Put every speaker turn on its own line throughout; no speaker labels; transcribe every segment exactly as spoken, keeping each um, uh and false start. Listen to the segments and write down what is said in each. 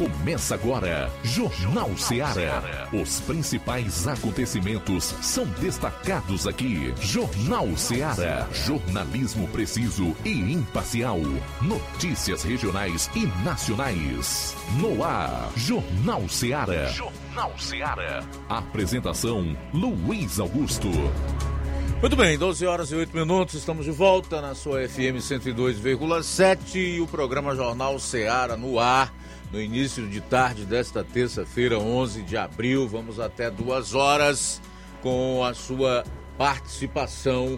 Começa agora, Jornal Ceará. Os principais acontecimentos são destacados aqui. Jornal Ceará. Jornalismo preciso e imparcial. Notícias regionais e nacionais. No ar, Jornal Ceará. Jornal Ceará. Apresentação, Luiz Augusto.
Muito bem, doze horas e oito minutos, estamos de volta na sua F M cento e dois vírgula sete e o programa Jornal Ceará no ar, no início de tarde desta terça-feira, onze de abril. Vamos até duas horas com a sua participação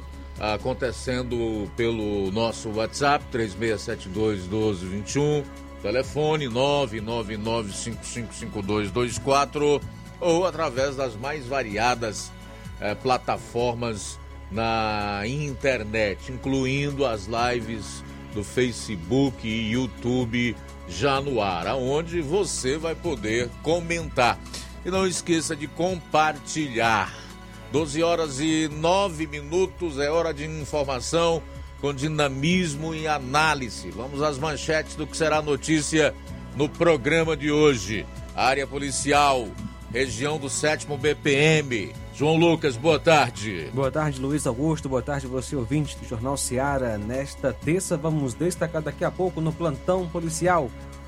acontecendo pelo nosso WhatsApp, três seis sete dois, um dois dois um, telefone nove nove nove cinco cinco cinco dois dois quatro ou através das mais variadas eh, plataformas na internet, incluindo as lives do Facebook e YouTube já no ar, aonde você vai poder comentar. E não esqueça de compartilhar. doze horas e nove minutos, é hora de informação com dinamismo e análise. Vamos às manchetes do que será notícia no programa de hoje. Área policial, região do sétimo B P M. João Lucas, boa tarde.
Boa tarde, Luiz Augusto. Boa tarde, você ouvinte do Jornal Ceará. Nesta terça, vamos destacar daqui a pouco no plantão policial.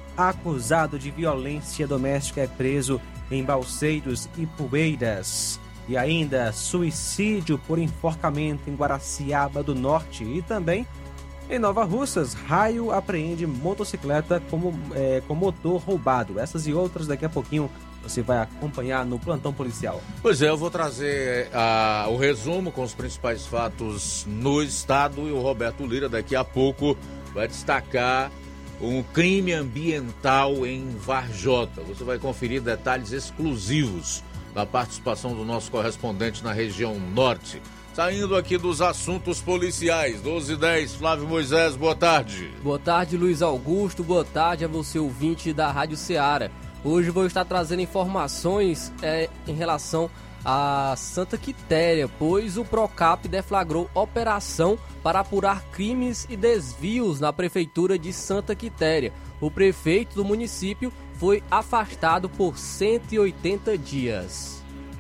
Acusado de violência doméstica é preso em Balseiros e Poeiras. E ainda, suicídio por enforcamento em Guaraciaba do Norte. E também, em Nova Russas, raio apreende motocicleta como, é, com motor roubado. Essas e outras daqui a pouquinho você vai acompanhar no plantão policial.
Pois é, eu vou trazer uh, o resumo com os principais fatos no estado e o Roberto Lira daqui a pouco vai destacar um crime ambiental em Varjota. Você vai conferir detalhes exclusivos da participação do nosso correspondente na região norte. Saindo aqui dos assuntos policiais, doze e dez, Flávio Moisés, boa tarde.
Boa tarde, Luiz Augusto, boa tarde a você ouvinte da Rádio Ceará. Hoje vou estar trazendo informações é, em relação a Santa Quitéria, pois o Procap deflagrou operação para apurar crimes e desvios na prefeitura de Santa Quitéria. O prefeito do município foi afastado por cento e oitenta dias.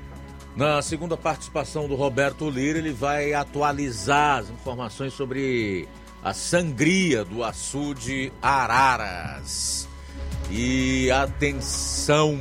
Na segunda participação do Roberto Lira, ele vai atualizar as informações sobre a sangria do açude Araras. E atenção,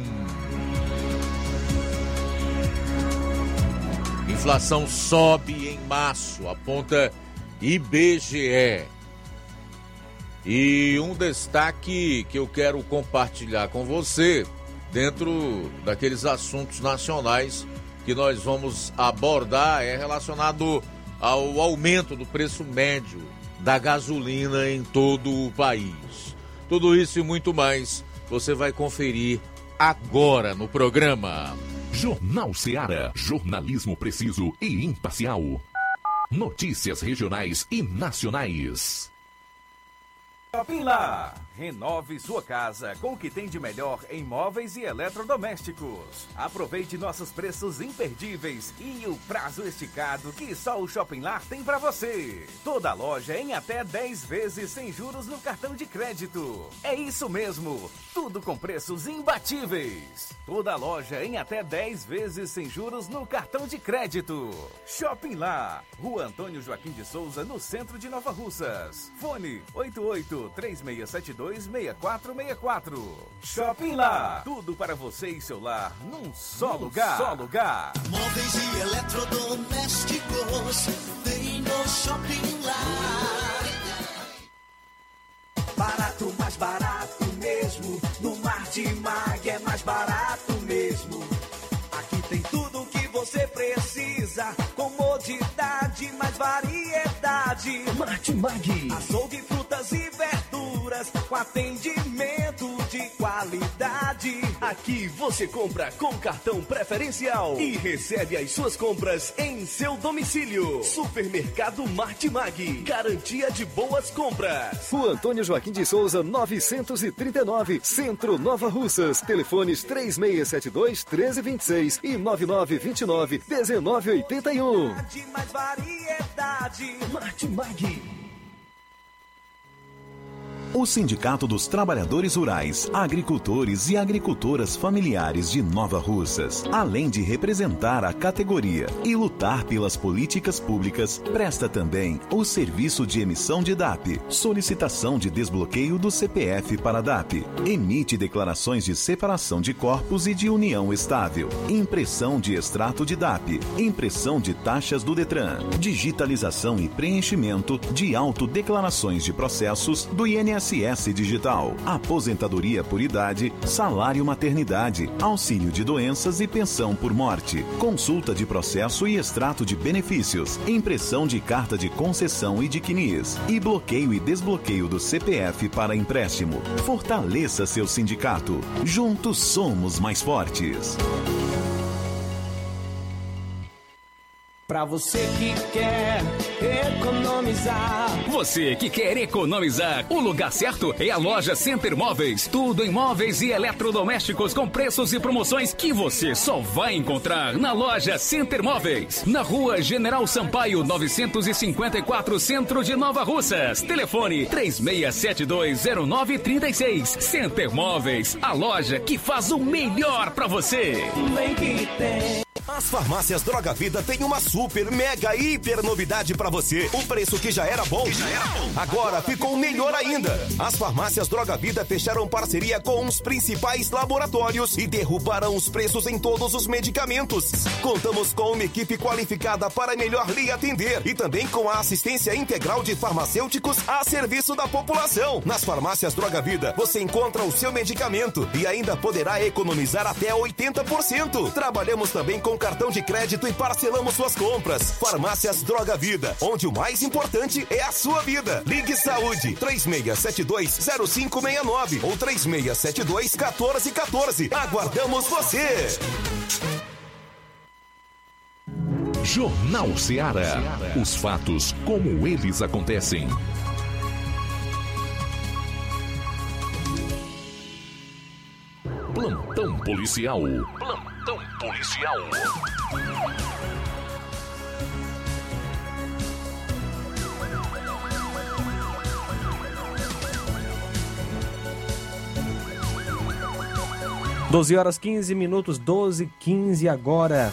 inflação sobe em março, aponta I B G E. E um destaque que eu quero compartilhar com você, dentro daqueles assuntos nacionais que nós vamos abordar, é relacionado ao aumento do preço médio da gasolina em todo o país. Tudo isso e muito mais você vai conferir agora no programa.
Jornal Ceará. Jornalismo preciso e imparcial. Notícias regionais e nacionais.
Shopping Lá. Renove sua casa com o que tem de melhor em móveis e eletrodomésticos. Aproveite nossos preços imperdíveis e o prazo esticado que só o Shopping Lá tem para você. Toda loja em até dez vezes sem juros no cartão de crédito. É isso mesmo, tudo com preços imbatíveis. Toda loja em até dez vezes sem juros no cartão de crédito. Shopping Lá, Rua Antônio Joaquim de Souza, no centro de Nova Russas. Fone oito oito três seis sete dois seis quatro seis quatro. Shopping Lá, tudo para você e seu lar num só num lugar. Só lugar.
Móveis e eletrodomésticos tem no Shopping Lá. Barato, mais barato mesmo. No Martimag é mais barato mesmo. Aqui tem tudo o que você precisa. Comodidade, mais variedade. Martimag. Açougue, frutas e verduras com atendimento de qualidade.
Aqui você compra com cartão preferencial e recebe as suas compras em seu domicílio. Supermercado Martimag, garantia de boas compras.
Rua Antônio Joaquim de Souza, novecentos e trinta e nove, Centro, Nova Russas. Telefones três seis sete dois, um três dois seis e nove nove dois nove, um nove oito um.
Mais variedade.
Martimag.
o Sindicato dos Trabalhadores Rurais, Agricultores e Agricultoras Familiares de Nova Russas, além de representar a categoria e lutar pelas políticas públicas, presta também o serviço de emissão de D A P, solicitação de desbloqueio do C P F para D A P, emite declarações de separação de corpos e de união estável, impressão de extrato de D A P, impressão de taxas do Detran, digitalização e preenchimento de autodeclarações de processos do I N S S Digital, aposentadoria por idade, salário maternidade, auxílio de doenças e pensão por morte, consulta de processo e extrato de benefícios, impressão de carta de concessão e de C N I S, e bloqueio e desbloqueio do C P F para empréstimo. Fortaleça seu sindicato. Juntos somos mais fortes.
Pra você que quer economizar.
Você que quer economizar, o lugar certo é a loja Center Móveis. Tudo em móveis e eletrodomésticos com preços e promoções que você só vai encontrar na loja Center Móveis. Na rua General Sampaio, novecentos e cinquenta e quatro, Centro de Nova Russas. Telefone três seis sete dois zero nove três seis. Center Móveis, a loja que faz o melhor pra você.
Vem que tem.
As farmácias Droga Vida têm uma super, mega, hiper novidade pra você. O preço que já era bom, já era bom. Agora ficou melhor ainda. As farmácias Droga Vida fecharam parceria com os principais laboratórios e derrubaram os preços em todos os medicamentos. Contamos com uma equipe qualificada para melhor lhe atender e também com a assistência integral de farmacêuticos a serviço da população. Nas farmácias Droga Vida, você encontra o seu medicamento e ainda poderá economizar até oitenta por cento. Trabalhamos também com cartão de crédito e parcelamos suas compras. Farmácias Droga Vida, onde o mais importante é a sua vida. Ligue Saúde três seis sete dois zero cinco seis nove ou três seis sete dois um quatro um quatro. Aguardamos você!
Jornal Ceará. Os fatos como eles acontecem. Plantão policial. Plantão policial.
doze horas quinze minutos, doze e quinze agora.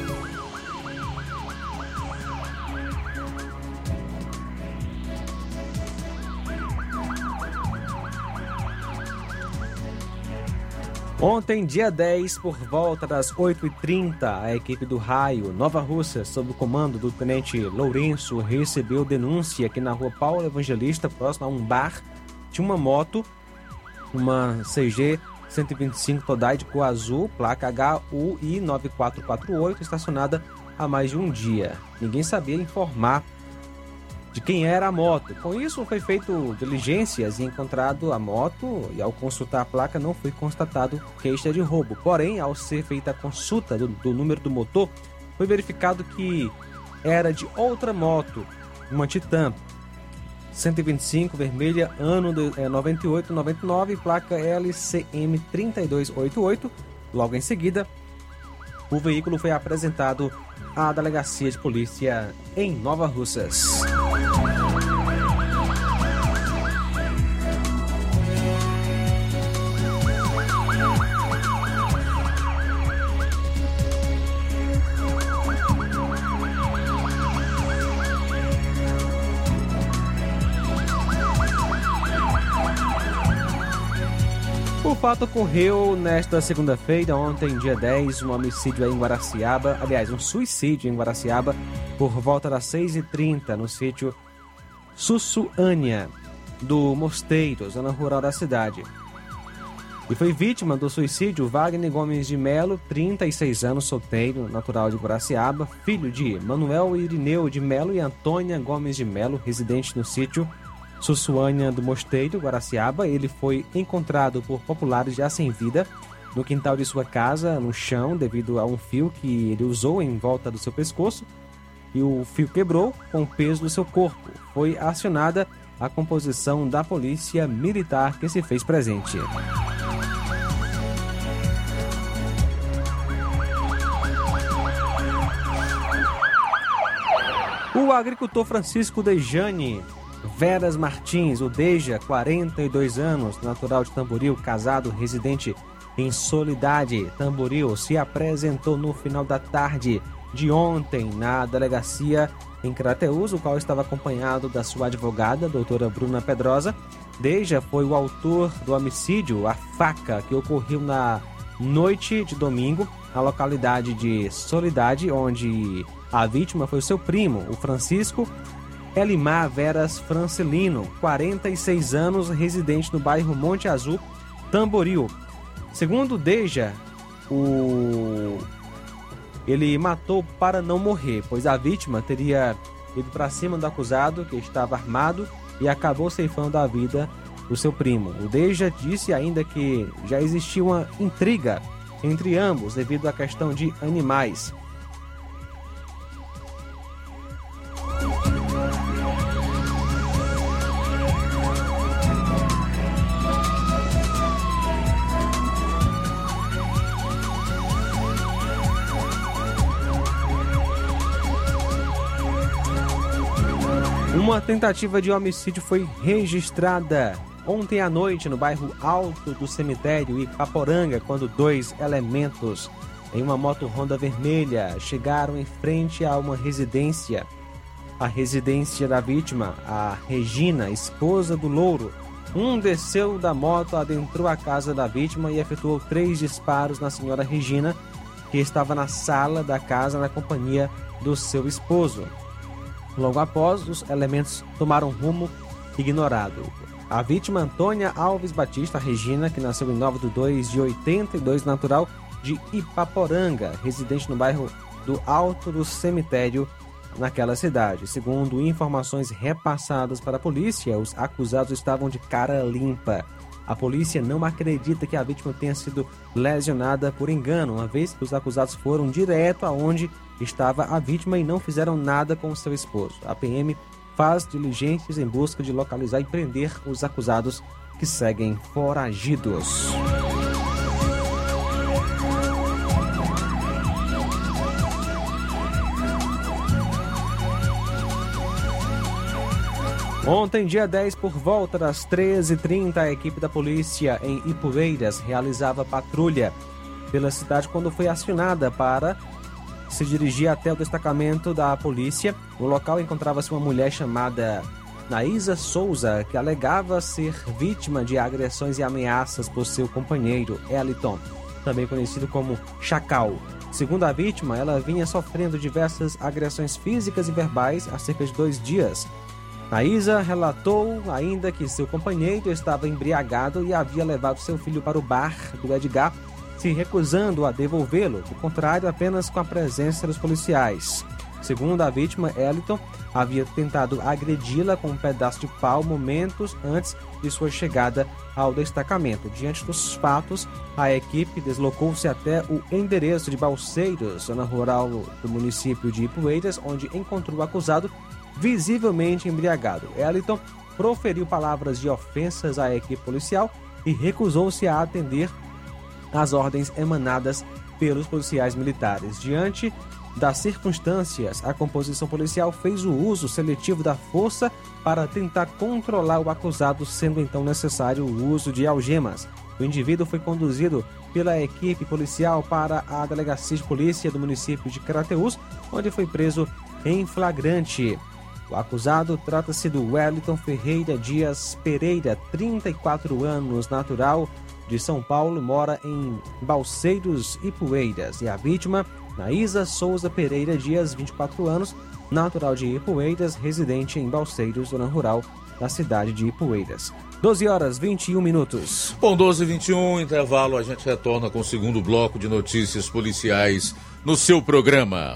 Ontem, dia dez, por volta das oito e trinta, a equipe do Raio Nova Russa, sob o comando do tenente Lourenço, recebeu denúncia que na rua Paulo Evangelista, próximo a um bar, tinha uma moto, uma C G cento e vinte e cinco Todai de cor azul, placa H U I nove quatro quatro oito, estacionada há mais de um dia. Ninguém sabia informar de quem era a moto. Com isso, foi feito diligências e encontrado a moto, e ao consultar a placa não foi constatado queixa de roubo. Porém, ao ser feita a consulta do, do número do motor, foi verificado que era de outra moto, uma Titan cento e vinte e cinco, vermelha, ano de, é, noventa e oito noventa e nove, placa L C M três dois oito oito. Logo em seguida, o veículo foi apresentado à delegacia de polícia em Nova Russas. O fato ocorreu nesta segunda-feira, ontem, dia dez, um homicídio aí em Guaraciaba, aliás, um suicídio em Guaraciaba, por volta das seis e trinta, no sítio Sussuânia, do Mosteiro, zona rural da cidade. E foi vítima do suicídio Wagner Gomes de Melo, trinta e seis anos, solteiro, natural de Guaraciaba, filho de Manuel Irineu de Melo e Antônia Gomes de Melo, residente no sítio Sussuânia do Mosteiro, Guaraciaba. Ele foi encontrado por populares já sem vida no quintal de sua casa, no chão, devido a um fio que ele usou em volta do seu pescoço, e o fio quebrou com o peso do seu corpo. Foi acionada a composição da polícia militar, que se fez presente. O agricultor Francisco Dejane Veras Martins, o Deja, quarenta e dois anos, natural de Tamboril, casado, residente em Soledade, Tamboril, se apresentou no final da tarde de ontem na delegacia em Crateús, o qual estava acompanhado da sua advogada, doutora Bruna Pedrosa. Deja foi o autor do homicídio, a faca, que ocorreu na noite de domingo, na localidade de Soledade, onde a vítima foi seu primo, o Francisco Elimar Veras Francelino, quarenta e seis anos, residente no bairro Monte Azul, Tamboril. Segundo Deja, o... ele matou para não morrer, pois a vítima teria ido para cima do acusado, que estava armado, e acabou ceifando a vida do seu primo. O Deja disse ainda que já existia uma intriga entre ambos devido à questão de animais. Uma tentativa de homicídio foi registrada ontem à noite no bairro Alto do Cemitério, Ipaporanga, quando dois elementos em uma moto Honda vermelha chegaram em frente a uma residência. A residência da vítima, a Regina, esposa do Louro. Um desceu da moto, adentrou a casa da vítima e efetuou três disparos na senhora Regina, que estava na sala da casa na companhia do seu esposo. Logo após, os elementos tomaram rumo ignorado. A vítima, Antônia Alves Batista Regina, que nasceu em nove de dois de oitenta e dois, natural de Ipaporanga, residente no bairro do Alto do Cemitério, naquela cidade. Segundo informações repassadas para a polícia, os acusados estavam de cara limpa. A polícia não acredita que a vítima tenha sido lesionada por engano, uma vez que os acusados foram direto aonde estava a vítima e não fizeram nada com o seu esposo. A P M faz diligências em busca de localizar e prender os acusados que seguem foragidos. Ontem, dia dez, por volta das treze e trinta, a equipe da polícia em Ipueiras realizava patrulha pela cidade quando foi acionada para se dirigir até o destacamento da polícia. No local encontrava-se uma mulher chamada Naísa Souza, que alegava ser vítima de agressões e ameaças por seu companheiro, Eliton, também conhecido como Chacal. Segundo a vítima, ela vinha sofrendo diversas agressões físicas e verbais há cerca de dois dias. Naísa relatou ainda que seu companheiro estava embriagado e havia levado seu filho para o bar do Edgar, se recusando a devolvê-lo, do contrário, apenas com a presença dos policiais. Segundo a vítima, Eliton havia tentado agredi-la com um pedaço de pau momentos antes de sua chegada ao destacamento. Diante dos fatos, a equipe deslocou-se até o endereço de Balseiros, zona rural do município de Ipueiras, onde encontrou o acusado visivelmente embriagado. Eliton proferiu palavras de ofensas à equipe policial e recusou-se a atender às ordens emanadas pelos policiais militares. Diante das circunstâncias, a composição policial fez o uso seletivo da força para tentar controlar o acusado, sendo então necessário o uso de algemas. O indivíduo foi conduzido pela equipe policial para a delegacia de polícia do município de Crateús, onde foi preso em flagrante. O acusado trata-se do Wellington Ferreira Dias Pereira, trinta e quatro anos, natural de São Paulo, mora em Balseiros, Ipueiras. E a vítima, Naísa Souza Pereira Dias, vinte e quatro anos, natural de Ipueiras, residente em Balseiros, zona rural da cidade de Ipueiras. doze horas e vinte e um minutos.
Bom, doze e vinte e um, intervalo, a gente retorna com o segundo bloco de notícias policiais no seu programa.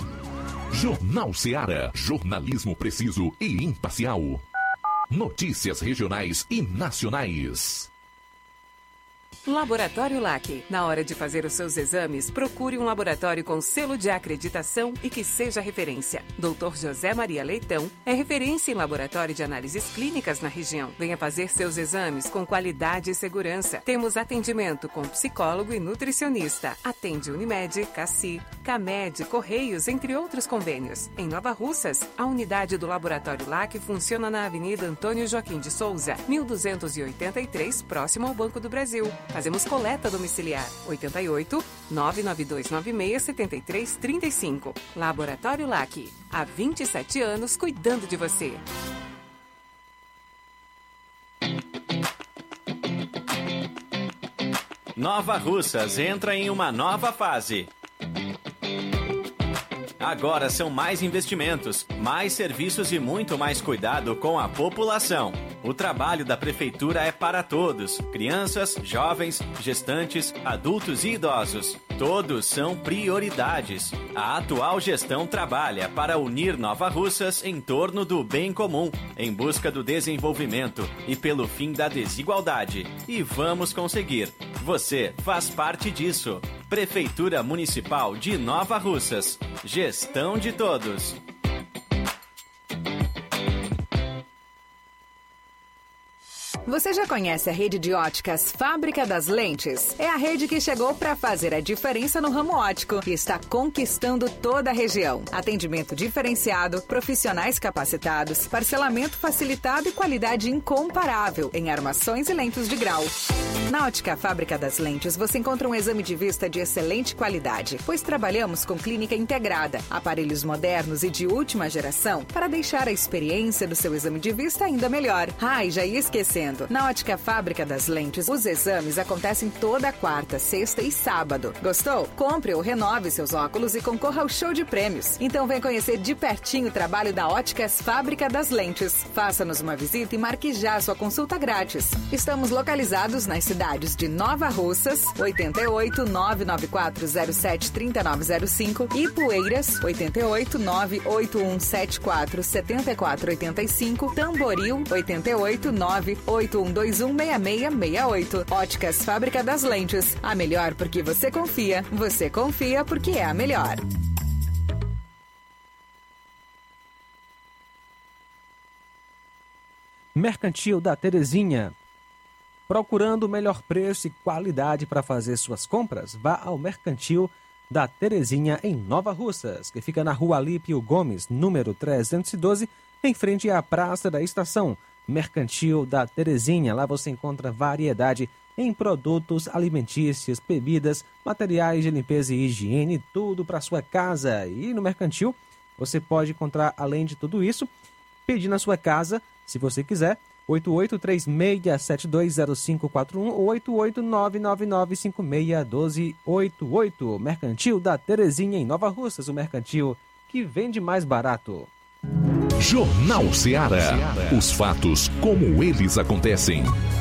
Jornal Ceará, jornalismo preciso e imparcial. Notícias regionais e nacionais.
Laboratório L A C. Na hora de fazer os seus exames, procure um laboratório com selo de acreditação e que seja referência. doutor José Maria Leitão é referência em laboratório de análises clínicas na região. Venha fazer seus exames com qualidade e segurança. Temos atendimento com psicólogo e nutricionista. Atende Unimed, Cassi, Camed, Correios, entre outros convênios. Em Nova Russas, a unidade do Laboratório L A C funciona na Avenida Antônio Joaquim de Souza, mil duzentos e oitenta e três, próximo ao Banco do Brasil. Fazemos coleta domiciliar. oito oito, nove nove dois nove seis, sete três três cinco. Laboratório L A C. Há vinte e sete anos cuidando de você.
Nova Russas entra em uma nova fase. Agora são mais investimentos, mais serviços e muito mais cuidado com a população. O trabalho da Prefeitura é para todos: crianças, jovens, gestantes, adultos e idosos. Todos são prioridades. A atual gestão trabalha para unir Nova Russas em torno do bem comum, em busca do desenvolvimento e pelo fim da desigualdade. E vamos conseguir. Você faz parte disso. Prefeitura Municipal de Nova Russas. Gestão de todos.
Você já conhece a rede de óticas Fábrica das Lentes? É a rede que chegou para fazer a diferença no ramo óptico e está conquistando toda a região. Atendimento diferenciado, profissionais capacitados, parcelamento facilitado e qualidade incomparável em armações e lentes de grau. Na Ótica Fábrica das Lentes, você encontra um exame de vista de excelente qualidade, pois trabalhamos com clínica integrada, aparelhos modernos e de última geração para deixar a experiência do seu exame de vista ainda melhor. Ah, e já ia esquecendo. Na Ótica Fábrica das Lentes, os exames acontecem toda quarta, sexta e sábado. Gostou? Compre ou renove seus óculos e concorra ao show de prêmios. Então vem conhecer de pertinho o trabalho da Óticas Fábrica das Lentes. Faça-nos uma visita e marque já sua consulta grátis. Estamos localizados nas cidades de Nova Russas, oito oito, nove nove quatro zero sete, três nove zero cinco, e Poeiras, oito oito, nove oito um sete quatro, sete quatro oito cinco, Tamboril, oito oito, nove oito um dois um seis seis seis oito. Óticas Fábrica das Lentes. A melhor porque você confia. Você confia porque é a melhor.
Mercantil da Terezinha. Procurando o melhor preço e qualidade para fazer suas compras? Vá ao Mercantil da Terezinha em Nova Russas, que fica na Rua Alípio Gomes, número trezentos e doze, em frente à Praça da Estação. Mercantil da Terezinha. Lá você encontra variedade em produtos alimentícios, bebidas, materiais de limpeza e higiene, tudo para sua casa. E no Mercantil você pode encontrar, além de tudo isso, pedir na sua casa, se você quiser, oito oito três seis sete dois zero cinco quatro um ou oito oito nove nove nove cinco seis um dois oito oito. Mercantil da Terezinha em Nova Russas, o mercantil que vende mais barato.
Jornal Ceará. Os fatos como eles acontecem.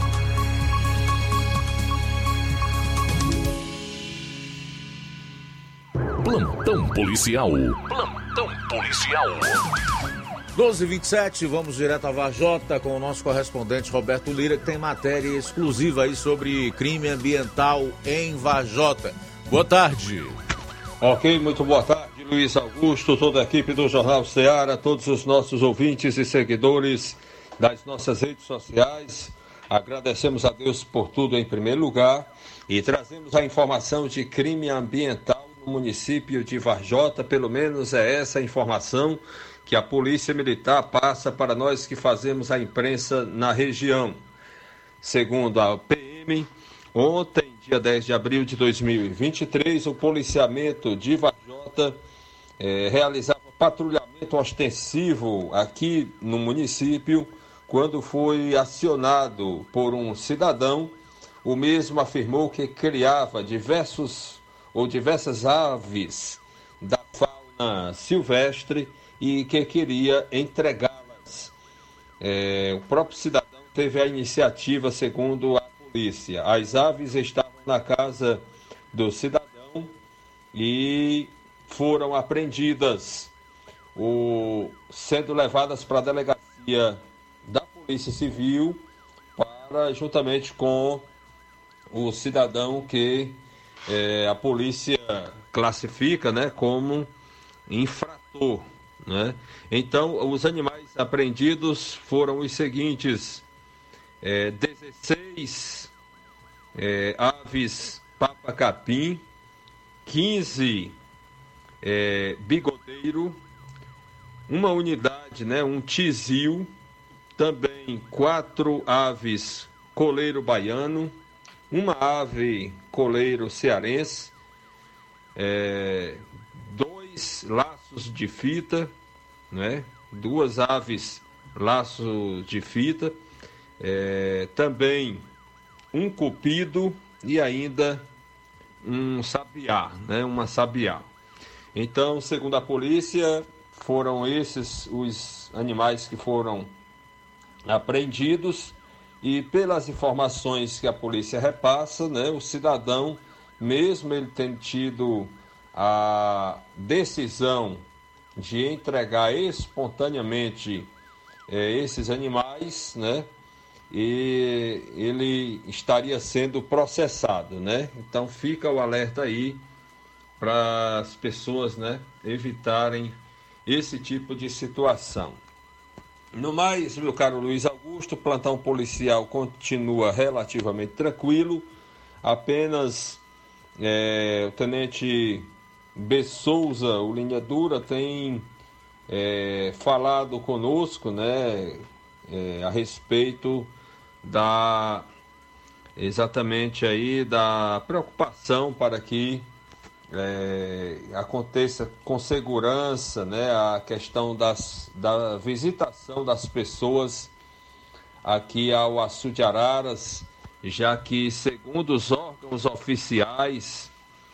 Plantão policial. Plantão policial.
doze e vinte e sete, vamos direto a Varjota com o nosso correspondente Roberto Lira, que tem matéria exclusiva aí sobre crime ambiental em Varjota. Boa tarde.
Ok, muito boa tarde, Luiz Augusto, toda a equipe do Jornal Ceará, todos os nossos ouvintes e seguidores das nossas redes sociais. Agradecemos a Deus por tudo em primeiro lugar e trazemos a informação de crime ambiental no município de Varjota. Pelo menos é essa a informação que a Polícia Militar passa para nós que fazemos a imprensa na região. Segundo a P M, ontem, dia dez de abril de dois mil e vinte e três, o policiamento de Varjota eh, realizava patrulhamento ostensivo aqui no município quando foi acionado por um cidadão. O mesmo afirmou que criava diversos ou diversas aves da fauna silvestre e que queria entregá-las. É, o próprio cidadão teve a iniciativa, segundo a polícia. As aves estavam na casa do cidadão e foram apreendidas, o, sendo levadas para a delegacia da Polícia Civil para, juntamente com o cidadão que é, a polícia classifica, né, como infrator, né? Então, os animais apreendidos foram os seguintes: é, dezesseis é, aves papa-capim, quinze é, bigodeiro, uma unidade, né, um tizil, também quatro aves coleiro baiano, uma ave coleiro cearense, é, dois laços de fita, né, duas aves laços de fita, é, também um cupido e ainda um sabiá, né, uma sabiá. Então, segundo a polícia, foram esses os animais que foram apreendidos, e pelas informações que a polícia repassa, né, o cidadão, mesmo ele tendo tido a decisão de entregar espontaneamente é, esses animais, né, e ele estaria sendo processado, né? Então fica o alerta aí para as pessoas, né, evitarem esse tipo de situação. No mais, meu caro Luiz Augusto, o plantão policial continua relativamente tranquilo, apenas é, o tenente B. Souza, o Linha Dura, tem é, falado conosco, né, é, a respeito da exatamente aí da preocupação para que é, aconteça com segurança, né, a questão das, da visitação das pessoas aqui ao Açu de Araras, já que, segundo os órgãos oficiais,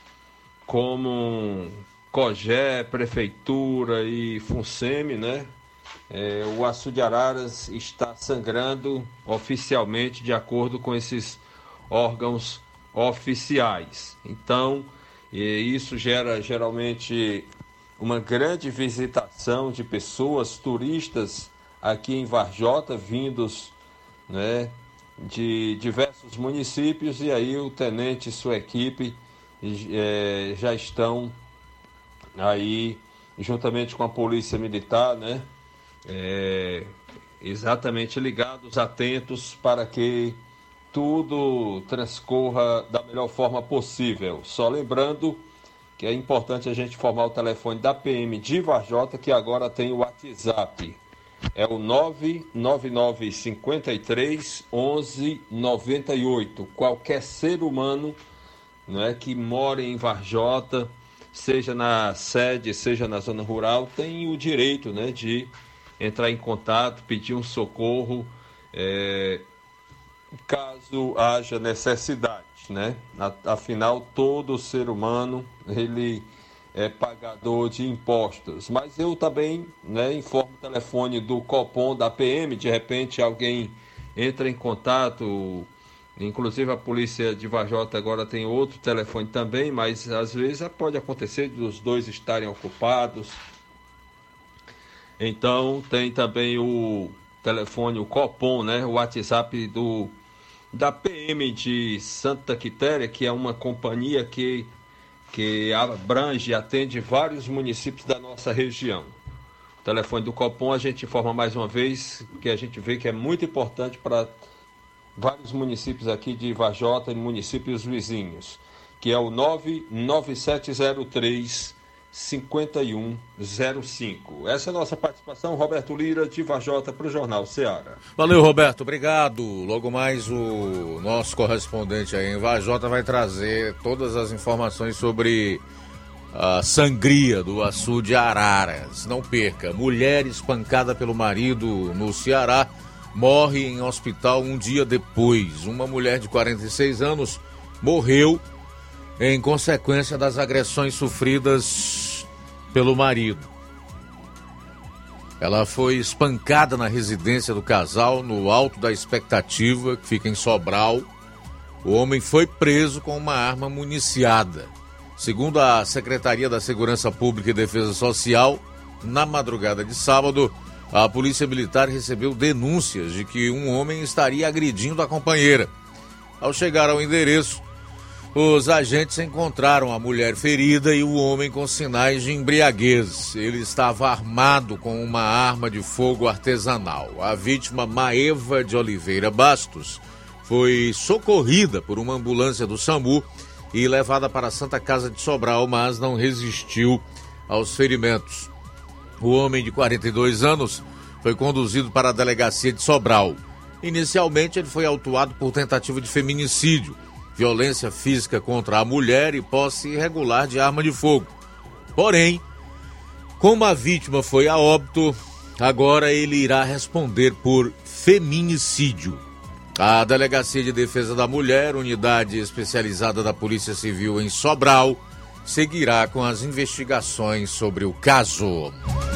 como COGÉ, Prefeitura e FUNSEMI, né, é, o Açu de Araras está sangrando oficialmente de acordo com esses órgãos oficiais. Então, e isso gera geralmente uma grande visitação de pessoas, turistas aqui em Varjota, vindos, né, de diversos municípios, e aí o tenente e sua equipe é, já estão aí, juntamente com a Polícia Militar, né, é, exatamente ligados, atentos para que tudo transcorra da melhor forma possível. Só lembrando que é importante a gente informar o telefone da P M de Varjota, que agora tem o WhatsApp. É o nove nove nove cinco três onze noventa e oito. Qualquer ser humano, né, que mora em Varjota, seja na sede, seja na zona rural, tem o direito, né, de entrar em contato, pedir um socorro, é, caso haja necessidade, né? Afinal, todo ser humano, ele é pagador de impostos. Mas eu também, né, informo o telefone do Copom, da P M, de repente alguém entra em contato, inclusive a polícia de Varjota agora tem outro telefone também, mas às vezes pode acontecer dos dois estarem ocupados. Então tem também o telefone, o Copom, né, o WhatsApp do da P M de Santa Quitéria, que é uma companhia que, que abrange e atende vários municípios da nossa região. O telefone do Copom, a gente informa mais uma vez, que a gente vê que é muito importante para vários municípios aqui de Varjota e municípios vizinhos, que é o nove nove sete zero três cinco um zero cinco. Essa é a nossa participação. Roberto Lira, de Varjota, para o Jornal Ceará.
Valeu, Roberto, obrigado. Logo mais o nosso correspondente aí em Varjota vai trazer todas as informações sobre a sangria do Açu de Araras. Não perca, mulher espancada pelo marido no Ceará morre em hospital um dia depois. Uma mulher de quarenta e seis anos morreu em consequência das agressões sofridas pelo marido. Ela foi espancada na residência do casal, no Alto da Expectativa, que fica em Sobral. O homem foi preso com uma arma municiada. Segundo a Secretaria da Segurança Pública e Defesa Social, na madrugada de sábado, a Polícia Militar recebeu denúncias de que um homem estaria agredindo a companheira. Ao chegar ao endereço, os agentes encontraram a mulher ferida e o homem com sinais de embriaguez. Ele estava armado com uma arma de fogo artesanal. A vítima, Maeva de Oliveira Bastos, foi socorrida por uma ambulância do SAMU e levada para a Santa Casa de Sobral, mas não resistiu aos ferimentos. O homem de quarenta e dois anos foi conduzido para a delegacia de Sobral. Inicialmente, ele foi autuado por tentativa de feminicídio, violência física contra a mulher e posse irregular de arma de fogo. Porém, como a vítima foi a óbito, agora ele irá responder por feminicídio. A Delegacia de Defesa da Mulher, unidade especializada da Polícia Civil em Sobral, seguirá com as investigações sobre o caso.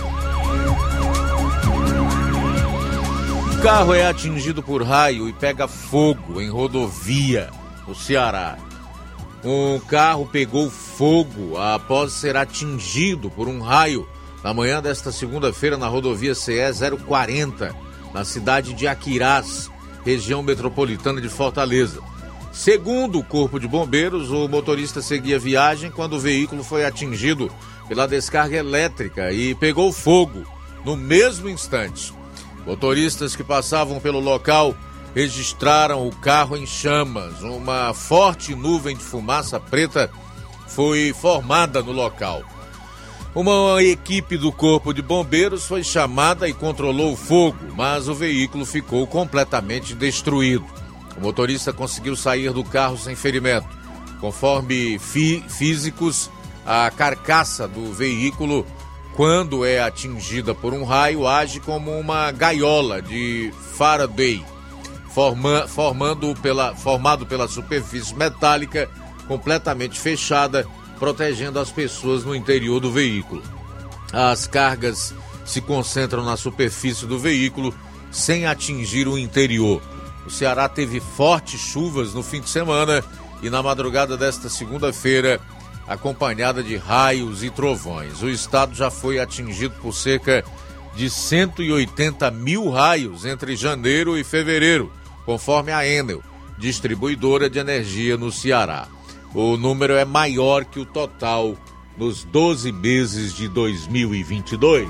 O carro é atingido por raio e pega fogo em rodovia no Ceará. Um carro pegou fogo após ser atingido por um raio na manhã desta segunda-feira na rodovia C E zero quarenta, na cidade de Aquirás, região metropolitana de Fortaleza. Segundo o Corpo de Bombeiros, o motorista seguia viagem quando o veículo foi atingido pela descarga elétrica e pegou fogo no mesmo instante. Motoristas que passavam pelo local registraram o carro em chamas. Uma forte nuvem de fumaça preta foi formada no local. Uma equipe do Corpo de Bombeiros foi chamada e controlou o fogo, mas o veículo ficou completamente destruído. O motorista conseguiu sair do carro sem ferimento. Conforme fi- físicos, a carcaça do veículo, quando é atingida por um raio, age como uma gaiola de Faraday, Forma, formando pela, formado pela superfície metálica completamente fechada, protegendo as pessoas no interior do veículo. As cargas se concentram na superfície do veículo sem atingir o interior. O Ceará teve fortes chuvas no fim de semana e na madrugada desta segunda-feira, acompanhada de raios e trovões. O estado já foi atingido por cerca de cento e oitenta mil raios entre janeiro e fevereiro, conforme a Enel, distribuidora de energia no Ceará. O número é maior que o total nos doze meses de dois mil e vinte e dois.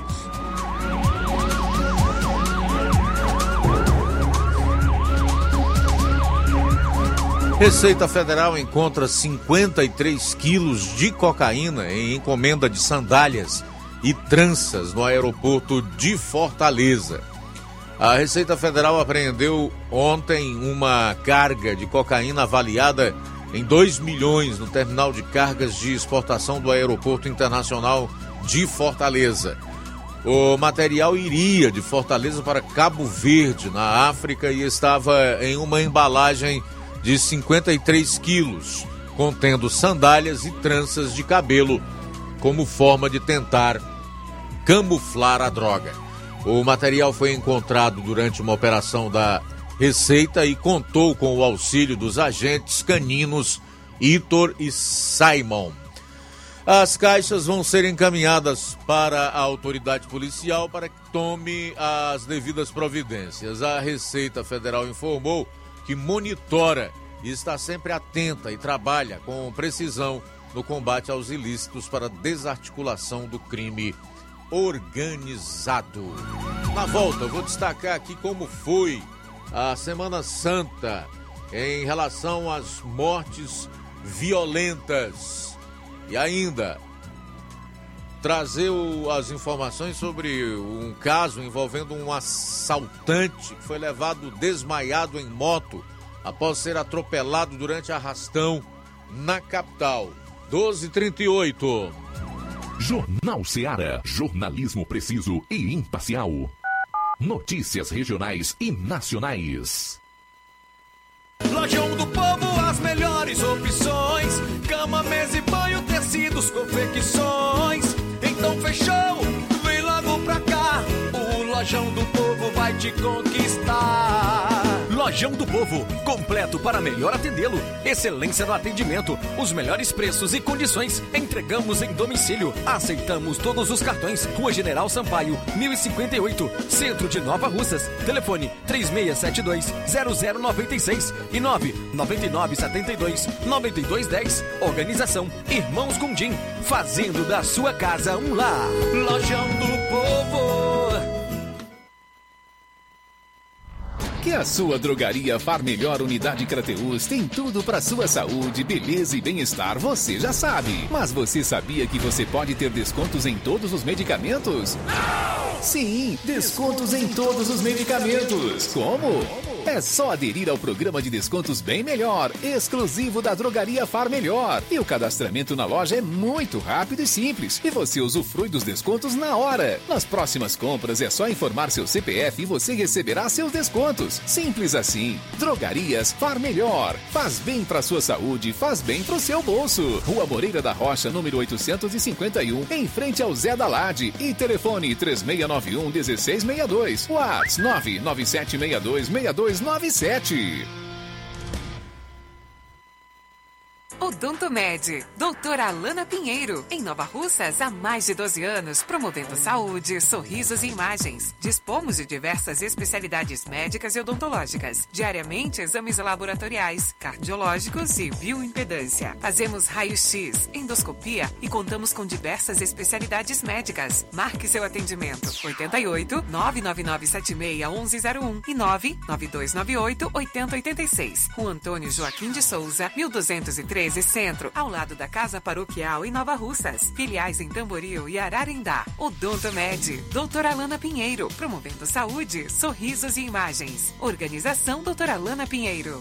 Receita Federal encontra cinquenta e três quilos de cocaína em encomenda de sandálias e tranças no aeroporto de Fortaleza. A Receita Federal apreendeu ontem uma carga de cocaína avaliada em dois milhões no terminal de cargas de exportação do Aeroporto Internacional de Fortaleza. O material iria de Fortaleza para Cabo Verde, na África, e estava em uma embalagem de cinquenta e três quilos, contendo sandálias e tranças de cabelo, como forma de tentar camuflar a droga. O material foi encontrado durante uma operação da Receita e contou com o auxílio dos agentes caninos Hitor e Simon. As caixas vão ser encaminhadas para a autoridade policial para que tome as devidas providências. A Receita Federal informou que monitora e está sempre atenta e trabalha com precisão no combate aos ilícitos para desarticulação do crime organizado. Na volta, eu vou destacar aqui como foi a Semana Santa em relação às mortes violentas e ainda trazer o, as informações sobre um caso envolvendo um assaltante que foi levado desmaiado em moto após ser atropelado durante arrastão na capital. doze e trinta e oito.
Jornal Ceará, jornalismo preciso e imparcial. Notícias regionais e nacionais.
Lojão do Povo, as melhores opções: cama, mesa e banho, tecidos, confecções. Então fechou, vem logo pra cá. O Lojão do Povo vai te conquistar. Lojão
Lojão do Povo, completo para melhor atendê-lo. Excelência no atendimento, os melhores preços e condições. Entregamos em domicílio. Aceitamos todos os cartões. Rua General Sampaio, mil e cinquenta e oito, Centro de Nova Russas. Telefone três seis sete dois, zero zero nove seis e nove nove nove sete dois, nove dois um zero. Organização Irmãos Gundim, fazendo da sua casa um lar. Lojão do Povo.
Que a sua drogaria Far Melhor Unidade Crateús tem tudo para sua saúde, beleza e bem-estar, você já sabe. Mas você sabia que você pode ter descontos em todos os medicamentos? Não! Sim, descontos em todos os medicamentos. Como? É só aderir ao programa de descontos Bem Melhor, exclusivo da Drogaria Far Melhor. E o cadastramento na loja é muito rápido e simples. E você usufrui dos descontos na hora. Nas próximas compras é só informar seu C P F e você receberá seus descontos. Simples assim. Drogarias Far Melhor. Faz bem para sua saúde, faz bem para o seu bolso. Rua Moreira da Rocha, número oitocentos e cinquenta e um, em frente ao Zé da Lade. E telefone três seis nove um, um seis seis dois. WhatsApp nove nove sete seis dois seis dois nove sete.
Odonto Med, doutora Alana Pinheiro, em Nova Russas há mais de doze anos, promovendo saúde, sorrisos e imagens. Dispomos de diversas especialidades médicas e odontológicas, diariamente exames laboratoriais, cardiológicos e bioimpedância. Fazemos raio-x, endoscopia e contamos com diversas especialidades médicas. Marque seu atendimento oito oito, nove nove nove sete seis, um um zero um e nove nove dois nove oito, oito zero oito seis. Rua Antônio Joaquim de Souza, mil duzentos e treze Centro, ao lado da Casa Paroquial em Nova Russas. Filiais em Tamboril e Ararindá. Odonto Med, doutora Alana Pinheiro, promovendo saúde, sorrisos e imagens. Organização doutora Alana Pinheiro.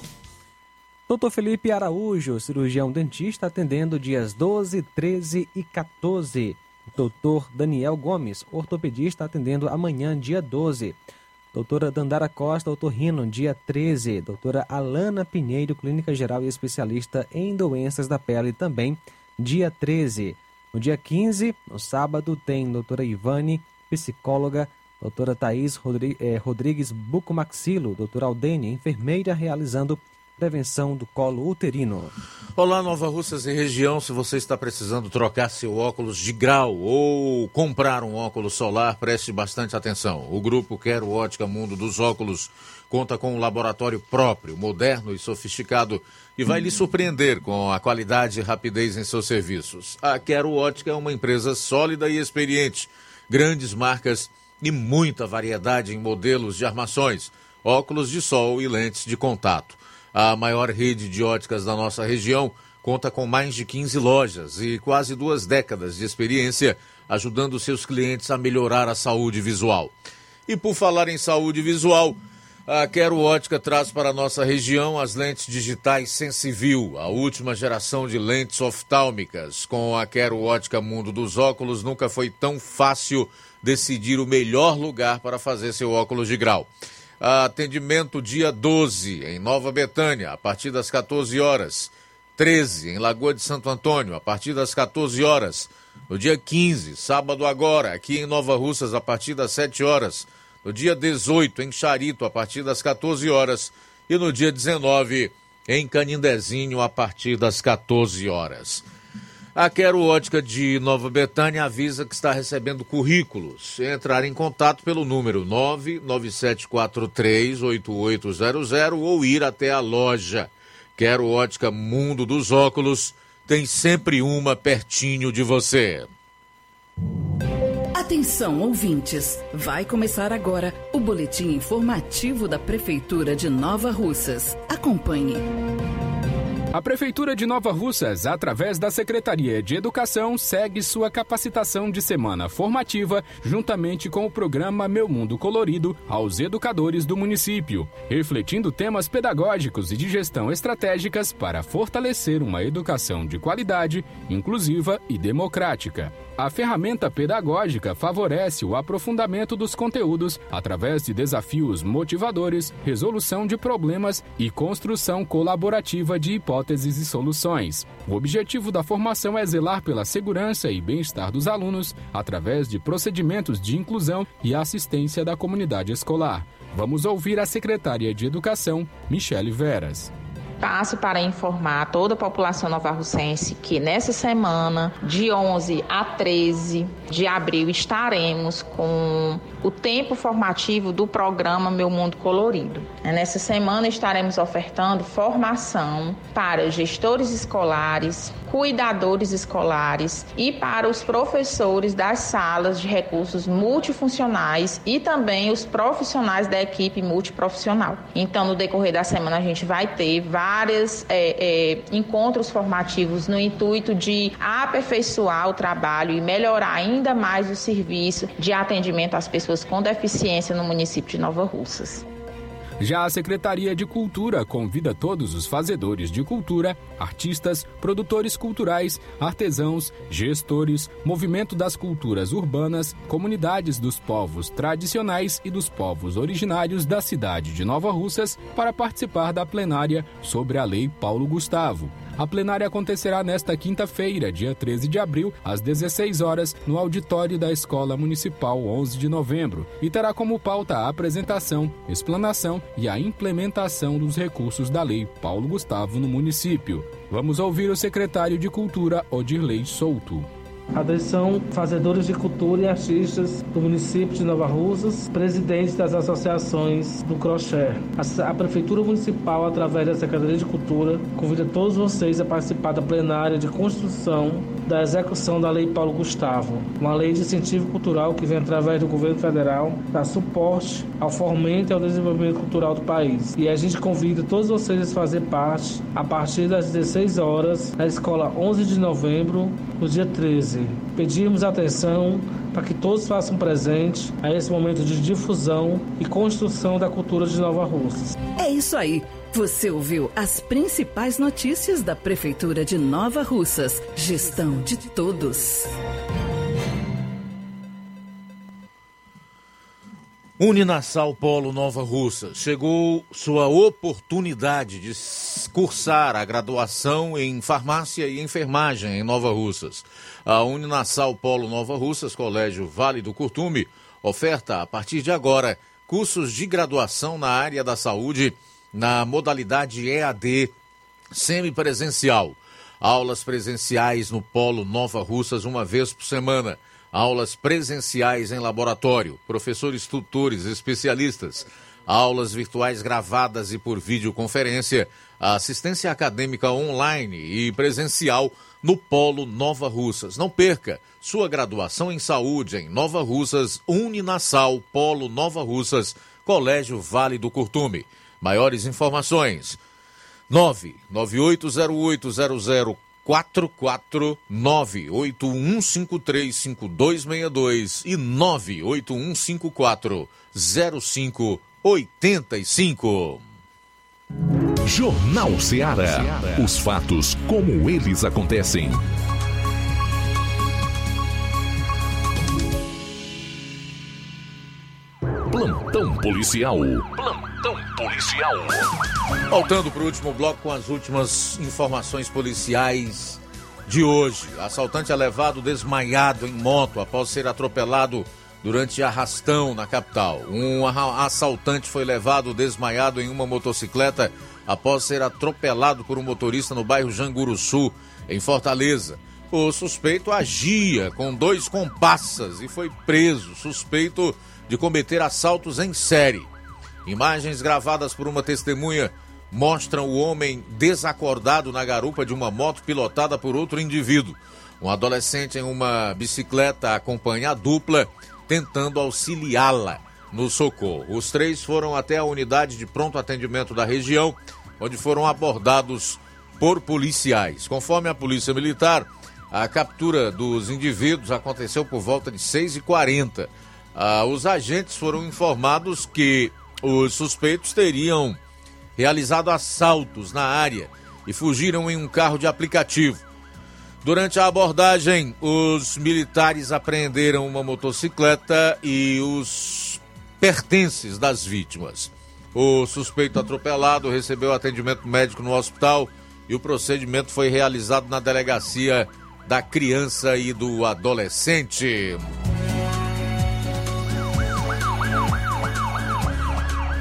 doutor Felipe Araújo, cirurgião dentista, atendendo dias doze, treze e quatorze. doutor Daniel Gomes, ortopedista, atendendo amanhã, dia doze. doutora Dandara Costa, otorrino, dia treze. doutora Alana Pinheiro, clínica geral e especialista em doenças da pele, também, dia treze. No dia quinze, no sábado, tem doutora Ivane, psicóloga, doutora Thaís Rodrigues Bucomaxilo, doutora Aldênia, enfermeira, realizando prevenção do colo uterino.
Olá, Nova Russas e região. Se você está precisando trocar seu óculos de grau ou comprar um óculos solar, preste bastante atenção. O grupo Quero Ótica Mundo dos Óculos conta com um laboratório próprio, moderno e sofisticado, e vai lhe surpreender com a qualidade e rapidez em seus serviços. A Quero Ótica é uma empresa sólida e experiente, grandes marcas e muita variedade em modelos de armações, óculos de sol e lentes de contato. A maior rede de óticas da nossa região conta com mais de quinze lojas e quase duas décadas de experiência, ajudando seus clientes a melhorar a saúde visual. E por falar em saúde visual, a Quero Ótica traz para a nossa região as lentes digitais Sensiview, a última geração de lentes oftálmicas. Com a Quero Ótica Mundo dos Óculos, nunca foi tão fácil decidir o melhor lugar para fazer seu óculos de grau. Atendimento dia doze, em Nova Betânia, a partir das quatorze horas. treze, em Lagoa de Santo Antônio, a partir das quatorze horas. No dia quinze, sábado agora, aqui em Nova Russas, a partir das sete horas. No dia dezoito, em Charito, a partir das quatorze horas. E no dia dezenove, em Canindezinho, a partir das quatorze horas. A Quero Ótica de Nova Betânia avisa que está recebendo currículos. Entrar em contato pelo número nove nove sete quatro três oito oito zero zero ou ir até a loja. Quero Ótica Mundo dos Óculos, tem sempre uma pertinho de você.
Atenção, ouvintes! Vai começar agora o boletim informativo da Prefeitura de Nova Russas. Acompanhe.
A Prefeitura de Nova Russas, através da Secretaria de Educação, segue sua capacitação de semana formativa, juntamente com o programa Meu Mundo Colorido, aos educadores do município, refletindo temas pedagógicos e de gestão estratégicas para fortalecer uma educação de qualidade, inclusiva e democrática. A ferramenta pedagógica favorece o aprofundamento dos conteúdos através de desafios motivadores, resolução de problemas e construção colaborativa de hipóteses e soluções. O objetivo da formação é zelar pela segurança e bem-estar dos alunos através de procedimentos de inclusão e assistência da comunidade escolar. Vamos ouvir a secretária de Educação, Michele Veras.
Passo para informar toda a população novarrocense que nessa semana, de onze a treze de abril, estaremos com o tempo formativo do programa Meu Mundo Colorido. Nessa semana estaremos ofertando formação para gestores escolares, cuidadores escolares e para os professores das salas de recursos multifuncionais e também os profissionais da equipe multiprofissional. Então, no decorrer da semana, a gente vai ter vários é, é, encontros formativos no intuito de aperfeiçoar o trabalho e melhorar ainda mais o serviço de atendimento às pessoas com deficiência no município de Nova Russas.
Já a Secretaria de Cultura convida todos os fazedores de cultura, artistas, produtores culturais, artesãos, gestores, movimento das culturas urbanas, comunidades dos povos tradicionais e dos povos originários da cidade de Nova Russas para participar da plenária sobre a Lei Paulo Gustavo. A plenária acontecerá nesta quinta-feira, dia treze de abril, às dezesseis horas, no auditório da Escola Municipal onze de novembro, e terá como pauta a apresentação, explanação e a implementação dos recursos da Lei Paulo Gustavo no município. Vamos ouvir o secretário de Cultura, Odirley Souto.
Atenção, fazedores de cultura e artistas do município de Nova Russas, presidentes das associações do Crochê. A, a Prefeitura Municipal, através da Secretaria de Cultura, convida todos vocês a participar da plenária de construção da execução da Lei Paulo Gustavo, uma lei de incentivo cultural que vem através do governo federal, dá suporte ao fomento e ao desenvolvimento cultural do país. E a gente convida todos vocês a fazer parte, a partir das dezesseis horas, na Escola onze de novembro, no dia treze. Pedimos atenção para que todos façam presente a esse momento de difusão e construção da cultura de Nova Russas.
É isso aí. Você ouviu as principais notícias da Prefeitura de Nova Russas. Gestão de todos.
Uninasal Polo Nova Russas. Chegou sua oportunidade de cursar a graduação em farmácia e enfermagem em Nova Russas. A Uninasal Polo Nova Russas, Colégio Vale do Curtume, oferta a partir de agora cursos de graduação na área da saúde na modalidade E A D semipresencial. Aulas presenciais no Polo Nova Russas uma vez por semana. Aulas presenciais em laboratório, professores tutores especialistas, aulas virtuais gravadas e por videoconferência, assistência acadêmica online e presencial no Polo Nova Russas. Não perca sua graduação em saúde em Nova Russas, Uninasal Polo Nova Russas, Colégio Vale do Curtume. Maiores informações: nove nove oito zero oito zero zero quatro quatro, nove oito um cinco três cinco dois seis dois e nove oito um cinco quatro zero cinco oito cinco.
Jornal Ceará. Os fatos como eles acontecem. Plantão policial. Plantão policial.
Voltando para o último bloco com as últimas informações policiais de hoje. Assaltante é levado desmaiado em moto após ser atropelado durante arrastão na capital. Um assaltante foi levado desmaiado em uma motocicleta após ser atropelado por um motorista no bairro Janguruçu, em Fortaleza. O suspeito agia com dois comparsas e foi preso, suspeito de cometer assaltos em série. Imagens gravadas por uma testemunha mostram o homem desacordado na garupa de uma moto pilotada por outro indivíduo. Um adolescente em uma bicicleta acompanha a dupla, tentando auxiliá-la no socorro. Os três foram até a unidade de pronto atendimento da região, onde foram abordados por policiais. Conforme a Polícia Militar, a captura dos indivíduos aconteceu por volta de seis e quarenta. Ah, os agentes foram informados que os suspeitos teriam realizado assaltos na área e fugiram em um carro de aplicativo. Durante a abordagem, os militares apreenderam uma motocicleta e os pertences das vítimas. O suspeito atropelado recebeu atendimento médico no hospital e o procedimento foi realizado na delegacia da criança e do adolescente.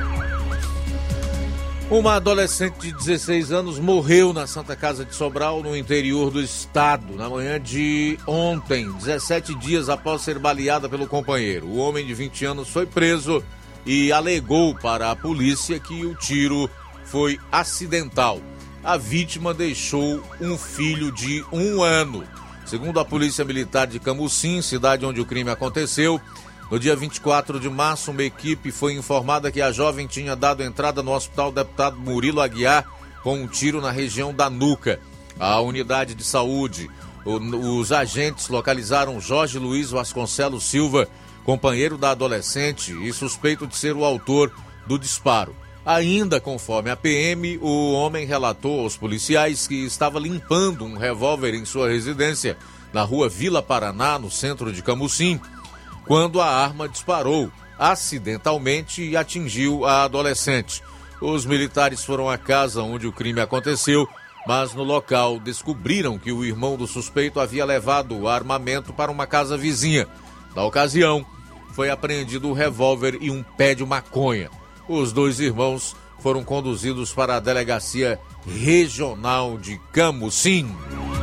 Uma adolescente de dezesseis anos morreu na Santa Casa de Sobral, no interior do estado, na manhã de ontem, dezessete dias após ser baleada pelo companheiro. O homem de vinte anos foi preso e alegou para a polícia que o tiro foi acidental. A vítima deixou um filho de um ano. Segundo a Polícia Militar de Camusim, cidade onde o crime aconteceu, no dia vinte e quatro de março, uma equipe foi informada que a jovem tinha dado entrada no Hospital Deputado Murilo Aguiar com um tiro na região da nuca. A unidade de saúde, os agentes localizaram Jorge Luiz Vasconcelos Silva, companheiro da adolescente e suspeito de ser o autor do disparo. Ainda conforme a P M, o homem relatou aos policiais que estava limpando um revólver em sua residência na rua Vila Paraná, no centro de Camusim, quando a arma disparou acidentalmente e atingiu a adolescente. Os militares foram à casa onde o crime aconteceu, mas no local descobriram que o irmão do suspeito havia levado o armamento para uma casa vizinha. Na ocasião, foi apreendido o revólver e um pé de maconha. Os dois irmãos foram conduzidos para a Delegacia Regional de Camusim.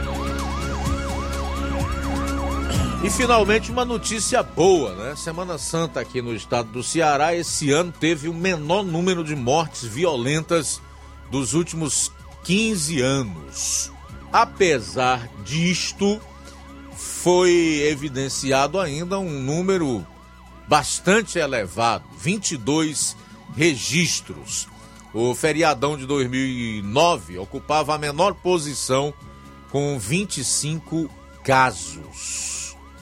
E finalmente uma notícia boa, né? Semana Santa aqui no estado do Ceará, esse ano teve o menor número de mortes violentas dos últimos quinze anos. Apesar disto, foi evidenciado ainda um número bastante elevado, vinte e dois registros. O feriadão de dois mil e nove ocupava a menor posição com vinte e cinco casos.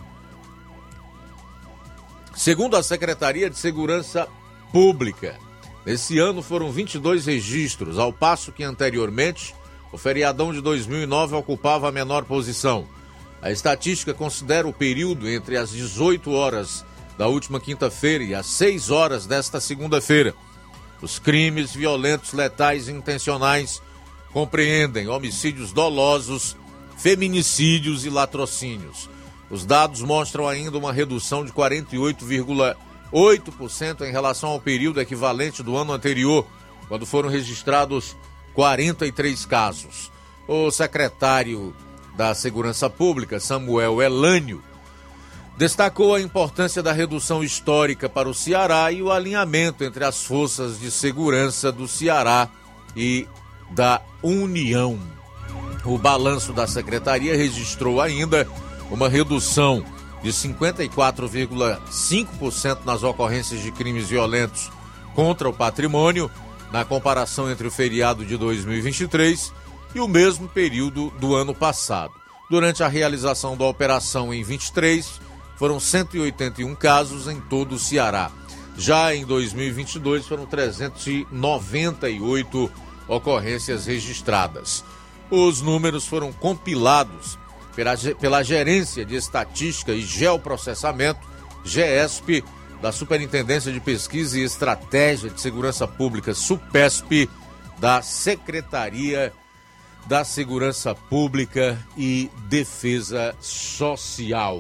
Segundo a Secretaria de Segurança Pública, esse ano foram vinte e dois registros, ao passo que anteriormente o feriadão de dois mil e nove ocupava a menor posição. A estatística considera o período entre as dezoito horas da última quinta-feira e às seis horas desta segunda-feira. Os crimes violentos, letais e intencionais compreendem homicídios dolosos, feminicídios e latrocínios. Os dados mostram ainda uma redução de quarenta e oito vírgula oito por cento em relação ao período equivalente do ano anterior, quando foram registrados quarenta e três casos. O secretário da Segurança Pública, Samuel Elânio, destacou a importância da redução histórica para o Ceará e o alinhamento entre as forças de segurança do Ceará e da União. O balanço da secretaria registrou ainda uma redução de cinquenta e quatro vírgula cinco por cento nas ocorrências de crimes violentos contra o patrimônio, na comparação entre o feriado de dois mil e vinte e três e o mesmo período do ano passado. Durante a realização da operação em vinte e três, foram cento e oitenta e um casos em todo o Ceará. Já em dois mil e vinte e dois, foram trezentas e noventa e oito ocorrências registradas. Os números foram compilados pela, pela Gerência de Estatística e Geoprocessamento, GESP, da Superintendência de Pesquisa e Estratégia de Segurança Pública, SUPESP, da Secretaria da Segurança Pública e Defesa Social.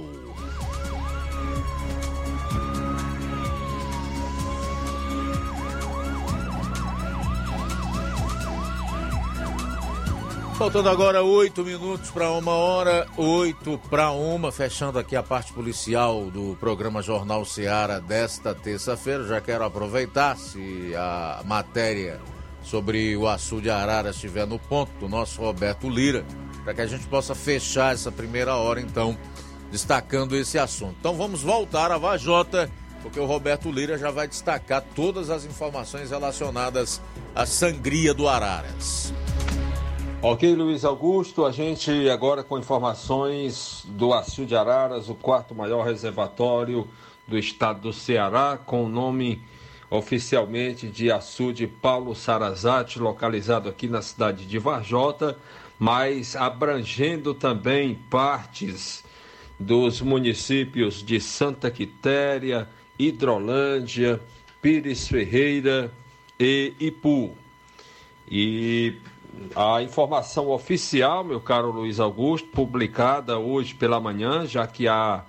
Faltando agora oito minutos para uma hora, oito para uma, fechando aqui a parte policial do programa Jornal Ceará desta terça-feira. Já quero aproveitar, se a matéria sobre o Açu de Araras estiver no ponto do nosso Roberto Lira, para que a gente possa fechar essa primeira hora, então, destacando esse assunto. Então vamos voltar à Vajota, porque o Roberto Lira já vai destacar todas as informações relacionadas à sangria do Araras.
Ok, Luiz Augusto, a gente agora com informações do Açu de Araras, o quarto maior reservatório do estado do Ceará, com o nome oficialmente de Açude Paulo Sarazate, localizado aqui na cidade de Varjota, mas abrangendo também partes dos municípios de Santa Quitéria, Hidrolândia, Pires Ferreira e Ipu. E a informação oficial, meu caro Luiz Augusto, publicada hoje pela manhã, já que a,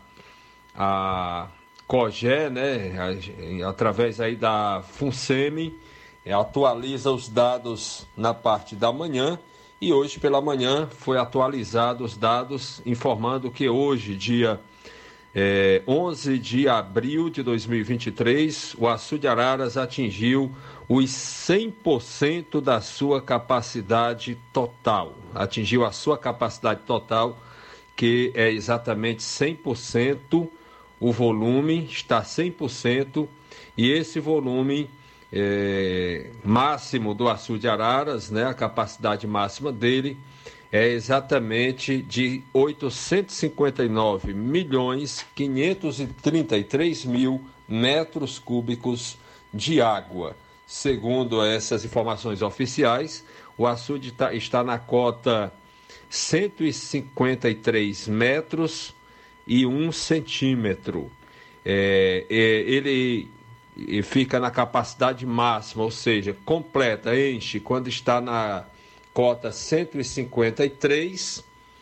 a COGÉ, né, através aí da FUNSEMI, é, atualiza os dados na parte da manhã, e hoje pela manhã foi atualizado os dados informando que hoje, dia é, onze de abril de dois mil e vinte e três, o Açude Araras atingiu os cem por cento da sua capacidade total. Atingiu a sua capacidade total, que é exatamente cem por cento, o volume está cem por cento, e esse volume é, máximo do Açude Araras, né, a capacidade máxima dele, é exatamente de oitocentos e cinquenta e nove milhões quinhentos e trinta e três mil metros cúbicos de água. Segundo essas informações oficiais, o açude tá, está na cota cento e cinquenta e três metros e um centímetro. É, é, ele fica na capacidade máxima, ou seja, completa, enche, quando está na cota cento e cinquenta e três,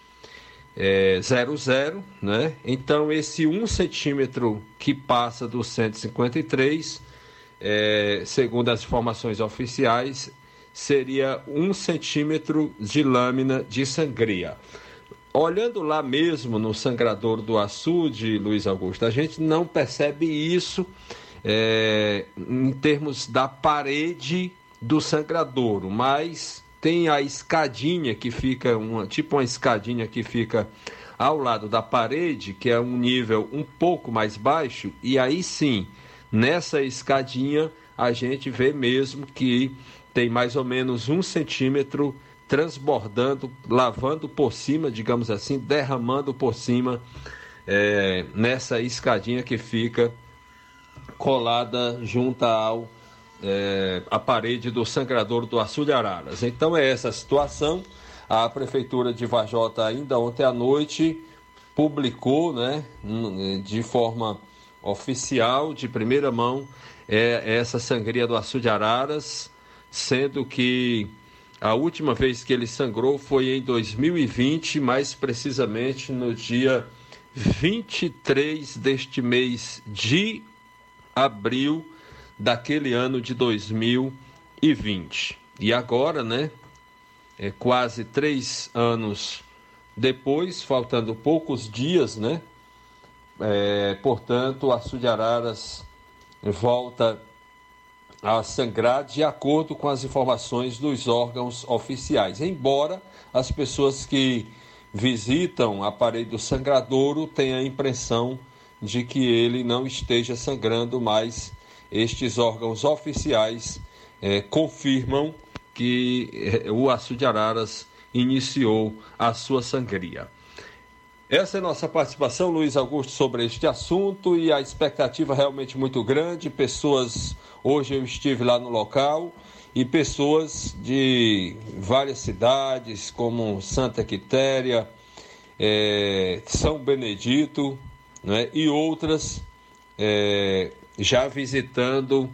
é, zero zero, né? Então, esse um centímetro que passa do cento e cinquenta e três, é, segundo as informações oficiais, seria um centímetro de lâmina de sangria. Olhando lá mesmo no sangrador do açude, Luiz Augusto, a gente não percebe isso é, em termos da parede do sangradouro, mas tem a escadinha que fica, uma, tipo uma escadinha que fica ao lado da parede, que é um nível um pouco mais baixo, e aí sim, nessa escadinha a gente vê mesmo que tem mais ou menos um centímetro transbordando, lavando por cima, digamos assim, derramando por cima é, nessa escadinha que fica colada junto ao é, a parede do sangrador do Açude Araras. Então é essa a situação. A Prefeitura de Varjota ainda ontem à noite publicou, né, de forma oficial, de primeira mão, é, essa sangria do Açude Araras, sendo que a última vez que ele sangrou foi em dois mil e vinte, mais precisamente no dia vinte e três deste mês de abril daquele ano de dois mil e vinte. E agora, né, é quase três anos depois, faltando poucos dias, né, é, portanto, o Açude Araras volta a sangrar de acordo com as informações dos órgãos oficiais. Embora as pessoas que visitam a parede do sangradouro tenham a impressão de que ele não esteja sangrando, mas estes órgãos oficiais eh, confirmam que eh, o Açude Araras iniciou a sua sangria. Essa é a nossa participação, Luiz Augusto, sobre este assunto, e a expectativa é realmente muito grande. Pessoas, hoje eu estive lá no local, e pessoas de várias cidades, como Santa Quitéria, é, São Benedito, né, e outras, é, já visitando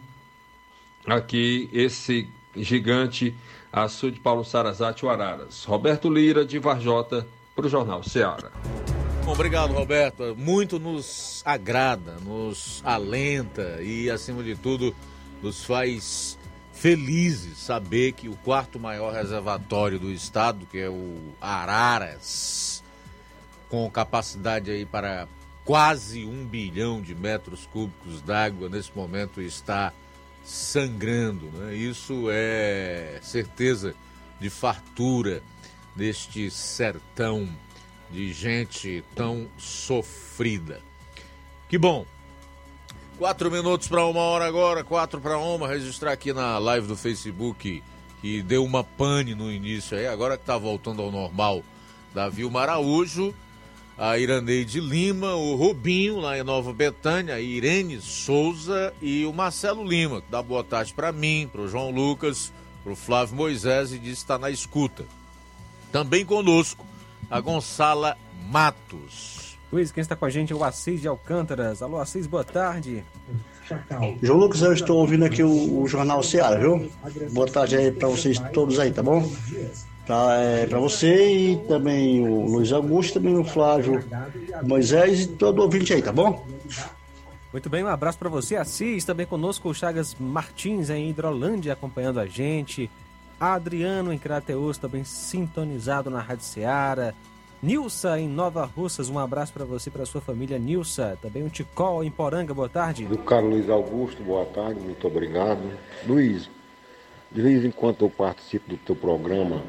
aqui esse gigante açude Paulo Sarazate Araras. Roberto Lira, de Varjota, para o Jornal Ceará.
Obrigado, Roberto. Muito nos agrada, nos alenta e, acima de tudo, nos faz felizes saber que o quarto maior reservatório do estado, que é o Araras, com capacidade aí para quase um bilhão de metros cúbicos d'água, nesse momento está sangrando, né? Isso é certeza de fartura deste sertão de gente tão sofrida. Que bom. Quatro minutos para uma hora agora, quatro para uma, registrar aqui na live do Facebook que deu uma pane no início aí, agora que está voltando ao normal, da Vilma Araújo, a Iraneide Lima, o Rubinho lá em Nova Betânia, a Irene Souza e o Marcelo Lima, que dá boa tarde para mim, para o João Lucas, para o Flávio Moisés, e diz que está na escuta. Também conosco a Gonçala Matos.
Luiz, quem está com a gente é o Assis de Alcântaras. Alô, Assis, boa tarde.
João Lucas, eu estou ouvindo aqui o, o Jornal Ceará, viu? Boa tarde aí para vocês todos aí, tá bom? Pra, é, para você e também o Luiz Augusto, também o Flávio Moisés e todo ouvinte aí, tá bom?
Muito bem, um abraço para você, Assis, também conosco o Chagas Martins em Hidrolândia acompanhando a gente, Adriano em Crateus também sintonizado na Rádio Ceará, Nilsa em Nova Russas, um abraço para você e para sua família, Nilsa, também o Ticol em Poranga, boa tarde.
Do Carlos Luiz Augusto, boa tarde, muito obrigado. Luiz, de vez em quando eu participo do teu programa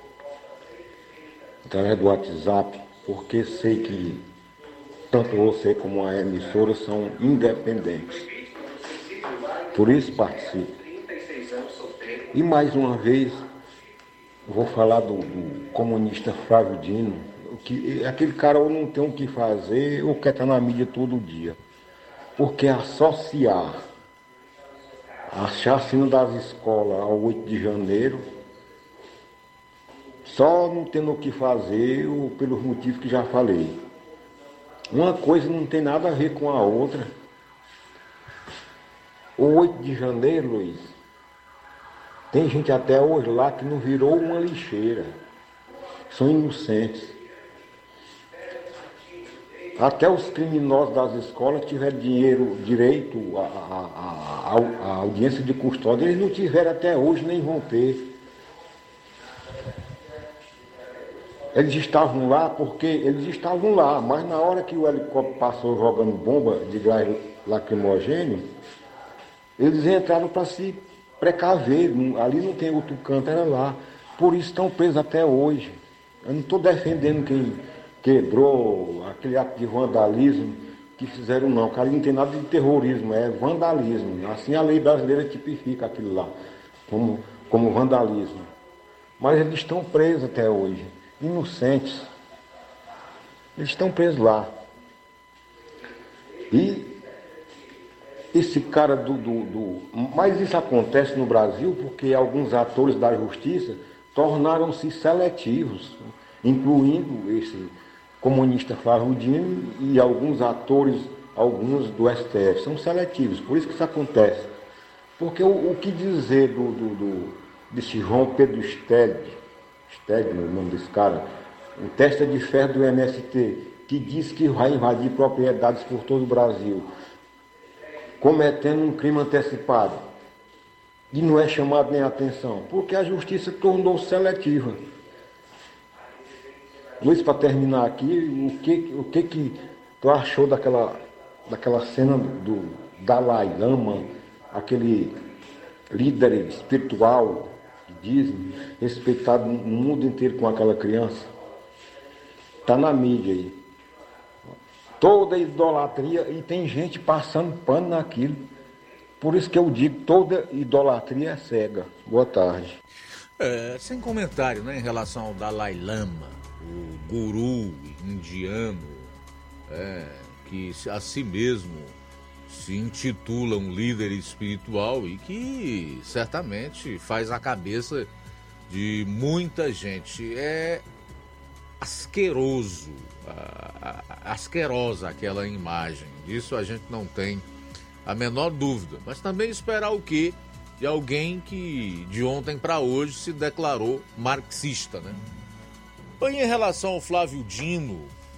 através do WhatsApp, porque sei que tanto você como a emissora são independentes. Por isso participo. E mais uma vez, vou falar do, do comunista Flávio Dino, que aquele cara ou não tem o que fazer ou quer estar na mídia todo dia. Porque associar a chacina das escolas ao oito de janeiro, só não tendo o que fazer ou pelos motivos que já falei. Uma coisa não tem nada a ver com a outra. O oito de janeiro, Luiz, tem gente até hoje lá que não virou uma lixeira. São inocentes. Até os criminosos das escolas tiveram dinheiro, direito à audiência de custódia. Eles não tiveram até hoje, nem vão ter. Eles estavam lá porque eles estavam lá, mas na hora que o helicóptero passou jogando bomba de gás lacrimogêneo, eles entraram para se precaver. Ali não tem outro canto, era lá. Por isso estão presos até hoje. Eu não estou defendendo quem quebrou aquele ato de vandalismo que fizeram, não. Porque ali não tem nada de terrorismo, é vandalismo. Assim a lei brasileira tipifica aquilo lá como, como vandalismo. Mas eles estão presos até hoje. Inocentes. Eles estão presos lá. E esse cara do, do, do... Mas isso acontece no Brasil porque alguns atores da justiça tornaram-se seletivos, incluindo esse comunista Flávio Dino e alguns atores, alguns do S T F. São seletivos, por isso que isso acontece. Porque o, o que dizer do, do, do, desse João Pedro Stede, Stede, o nome desse cara, um testa de ferro do M S T, que diz que vai invadir propriedades por todo o Brasil, cometendo um crime antecipado, e não é chamado nem atenção, porque a justiça tornou-se seletiva. Luiz, para terminar aqui, o que, o que que tu achou daquela, daquela cena do Dalai Lama, aquele líder espiritual, dizem, respeitado no mundo inteiro com aquela criança? Está na mídia aí. Toda idolatria, e tem gente passando pano naquilo. Por isso que eu digo, toda idolatria é cega. Boa tarde.
É, sem comentário, né, em relação ao Dalai Lama, o guru indiano, é, que a si mesmo se intitula um líder espiritual e que certamente faz a cabeça de muita gente. É asqueroso, asquerosa aquela imagem. Disso a gente não tem a menor dúvida. Mas também esperar o quê? De alguém que de ontem para hoje se declarou marxista, né? Em relação ao Flávio Dino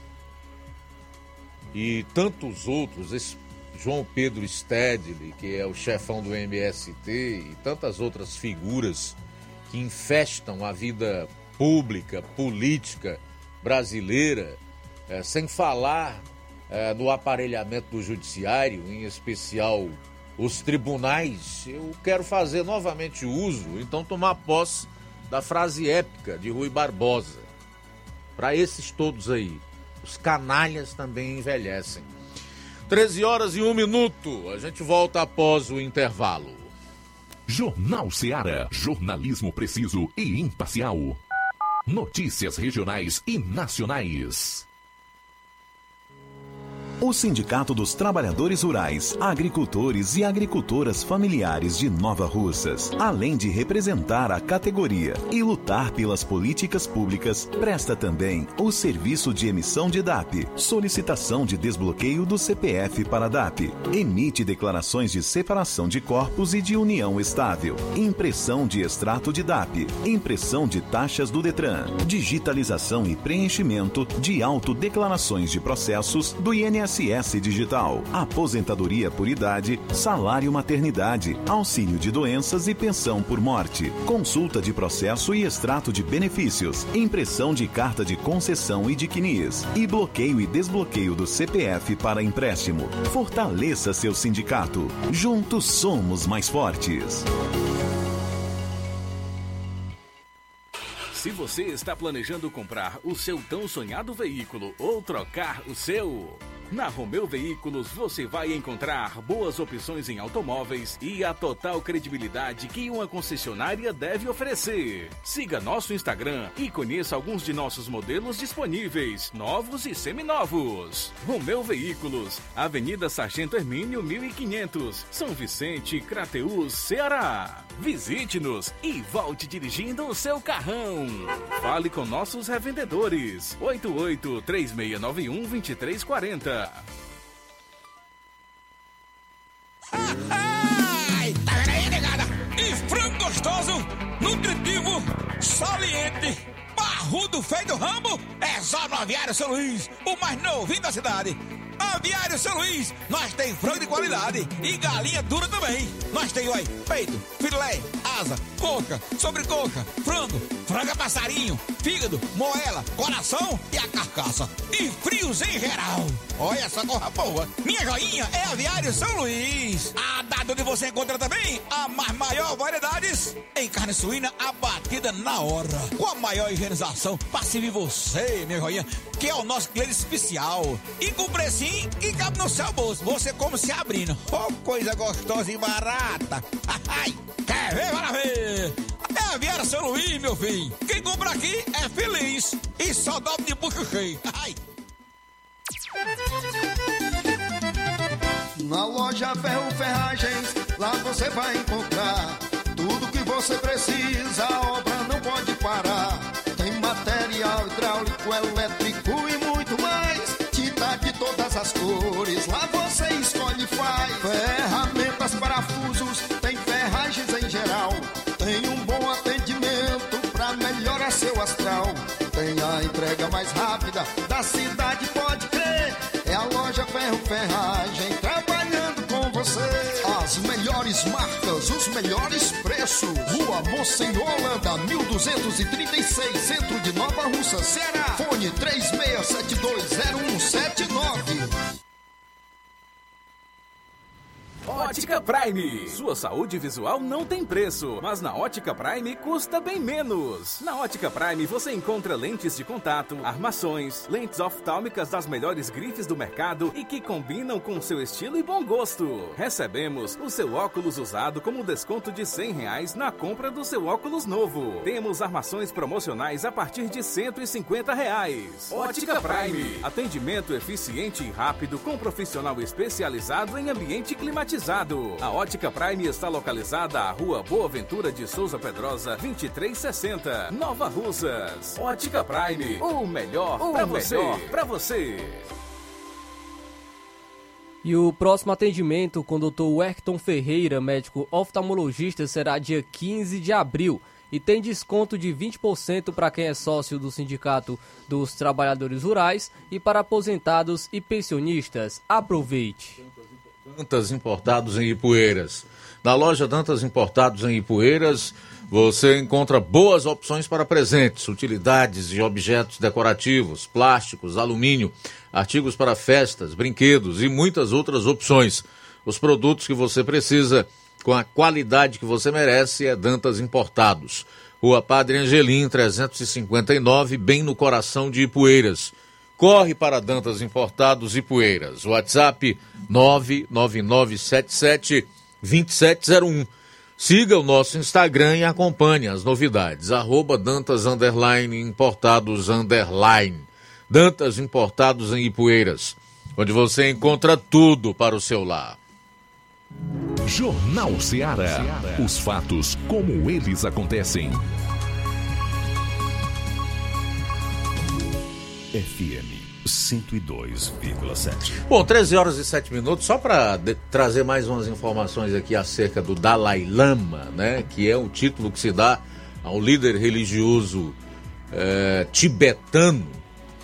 e tantos outros, esse João Pedro Stedley, que é o chefão do M S T, e tantas outras figuras que infestam a vida pública, política brasileira, é, sem falar é, no aparelhamento do judiciário, em especial os tribunais. Eu quero fazer novamente uso, então tomar posse da frase épica de Rui Barbosa. Para esses todos aí, os canalhas também envelhecem. treze horas e um minuto, a gente volta após o intervalo.
Jornal Ceará, jornalismo preciso e imparcial. Notícias regionais e nacionais.
O Sindicato dos Trabalhadores Rurais, Agricultores e Agricultoras Familiares de Nova Russas, além de representar a categoria e lutar pelas políticas públicas, presta também o serviço de emissão de D A P, solicitação de desbloqueio do C P F para D A P, emite declarações de separação de corpos e de união estável, impressão de extrato de D A P, impressão de taxas do Detran, digitalização e preenchimento de autodeclarações de processos do I N S S Digital, aposentadoria por idade, salário maternidade, auxílio de doenças e pensão por morte, consulta de processo e extrato de benefícios, impressão de carta de concessão e de C N I S e bloqueio e desbloqueio do C P F para empréstimo. Fortaleça seu sindicato. Juntos somos mais fortes.
Se você está planejando comprar o seu tão sonhado veículo ou trocar o seu, na Romeu Veículos você vai encontrar boas opções em automóveis e a total credibilidade que uma concessionária deve oferecer. Siga nosso Instagram e conheça alguns de nossos modelos disponíveis, novos e seminovos. Romeu Veículos, Avenida Sargento Hermínio mil e quinhentos, São Vicente, Crateús, Ceará. Visite-nos e volte dirigindo o seu carrão. Fale com nossos revendedores. oito oito, três seis nove um, dois três quatro zero.
Ai, tá vendo aí, negada? E frango gostoso, nutritivo, saliente, barrudo, feio do ramo, é só no Aviário São Luís, o mais novinho da cidade. Aviário São Luís, nós tem frango de qualidade e galinha dura também. Nós tem, oi, peito, filé, asa, coca, sobrecoca, frango, franga passarinho, fígado, moela, coração e a carcaça. E frios em geral. Olha essa corra boa. Minha joinha é Aviário São Luís. A data onde você encontra também a mais maior variedades em carne suína abatida na hora. Com a maior higienização para servir você, minha joinha, que é o nosso cliente especial. E com precinho que cabe no seu bolso. Você como se abrindo. Oh, coisa gostosa e barata. Ai, quer ver? Bora ver. É Aviário São Luís, meu filho. Quem compra aqui é feliz. E só dobra de bucho cheio. Ai.
Na loja Ferro Ferragens, lá você vai encontrar tudo que você precisa, a obra não pode parar. Tem material hidráulico, elétrico e muito mais. Tinta de todas as cores, lá você escolhe e faz. Ferramentas, parafusos, tem ferragens em geral. Tem um bom atendimento pra melhorar seu astral. Tem a entrega mais rápida da cidade, pode crer. É a loja Ferro Ferragem trabalhando com você. As melhores marcas, os melhores preços. Rua Monsenhor Holanda, mil duzentos e trinta e seis, centro de Nova Russa, Ceará. Fone três seis sete dois zero um sete nove.
Ótica Prime. Sua saúde visual não tem preço, mas na Ótica Prime custa bem menos. Na Ótica Prime você encontra lentes de contato, armações, lentes oftálmicas das melhores grifes do mercado e que combinam com seu estilo e bom gosto. Recebemos o seu óculos usado como desconto de cem reais na compra do seu óculos novo. Temos armações promocionais a partir de cento e cinquenta reais. Ótica Prime. Atendimento eficiente e rápido com profissional especializado em ambiente climatizado. A Ótica Prime está localizada à Rua Boa Ventura de Souza Pedrosa, vinte e três sessenta, Nova Russas. Ótica Prime, o melhor para você, para você.
E o próximo atendimento com o doutor Werton Ferreira, médico oftalmologista, será dia quinze de abril. E tem desconto de vinte por cento para quem é sócio do Sindicato dos Trabalhadores Rurais e para aposentados e pensionistas. Aproveite!
Dantas Importados em Ipueiras. Na loja Dantas Importados em Ipueiras, você encontra boas opções para presentes, utilidades e objetos decorativos, plásticos, alumínio, artigos para festas, brinquedos e muitas outras opções. Os produtos que você precisa, com a qualidade que você merece, é Dantas Importados. Rua Padre Angelim, trezentos e cinquenta e nove, bem no coração de Ipueiras. Corre para Dantas Importados e Ipueiras. WhatsApp nove nove nove sete sete dois sete zero um. Siga o nosso Instagram e acompanhe as novidades. Arroba Dantas underline Importados underline. Dantas Importados em Ipueiras, onde você encontra tudo para o seu lar.
Jornal Ceará. Os fatos como eles acontecem. F M cento e dois vírgula sete.
Bom, treze horas e sete minutos, só para trazer mais umas informações aqui acerca do Dalai Lama, né, que é o título que se dá ao líder religioso é, tibetano.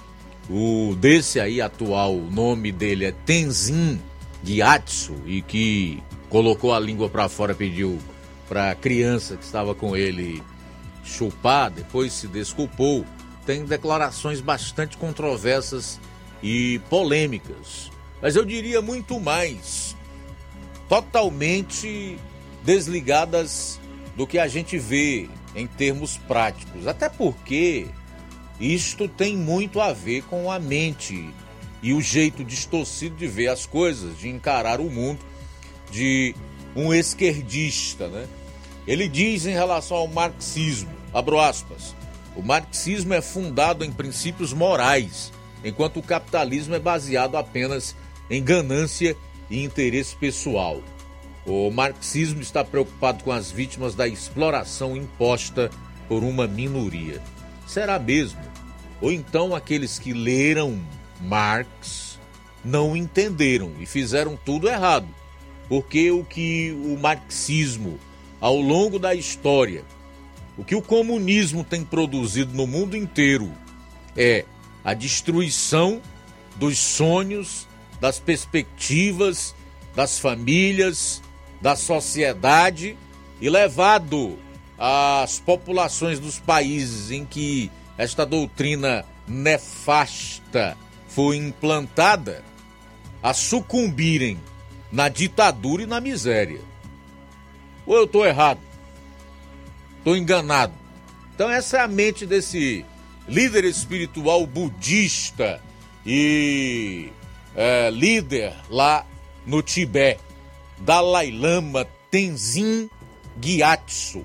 o desse aí atual, o nome dele é Tenzin Gyatso, e que colocou a língua para fora, pediu para a criança que estava com ele chupar, depois se desculpou, tem declarações bastante controversas e polêmicas, mas eu diria muito mais, totalmente desligadas do que a gente vê em termos práticos, até porque isto tem muito a ver com a mente e o jeito distorcido de ver as coisas, de encarar o mundo de um esquerdista, né? Ele diz em relação ao marxismo, abro aspas, o marxismo é fundado em princípios morais, enquanto o capitalismo é baseado apenas em ganância e interesse pessoal. O marxismo está preocupado com as vítimas da exploração imposta por uma minoria. Será mesmo? Ou então aqueles que leram Marx não entenderam e fizeram tudo errado, porque o que o marxismo, ao longo da história, o que o comunismo tem produzido no mundo inteiro é a destruição dos sonhos, das perspectivas, das famílias, da sociedade, e levado às populações dos países em que esta doutrina nefasta foi implantada a sucumbirem na ditadura e na miséria. Ou eu estou errado? Estou enganado? Então essa é a mente desse líder espiritual budista e é, líder lá no Tibete, Dalai Lama Tenzin Gyatso.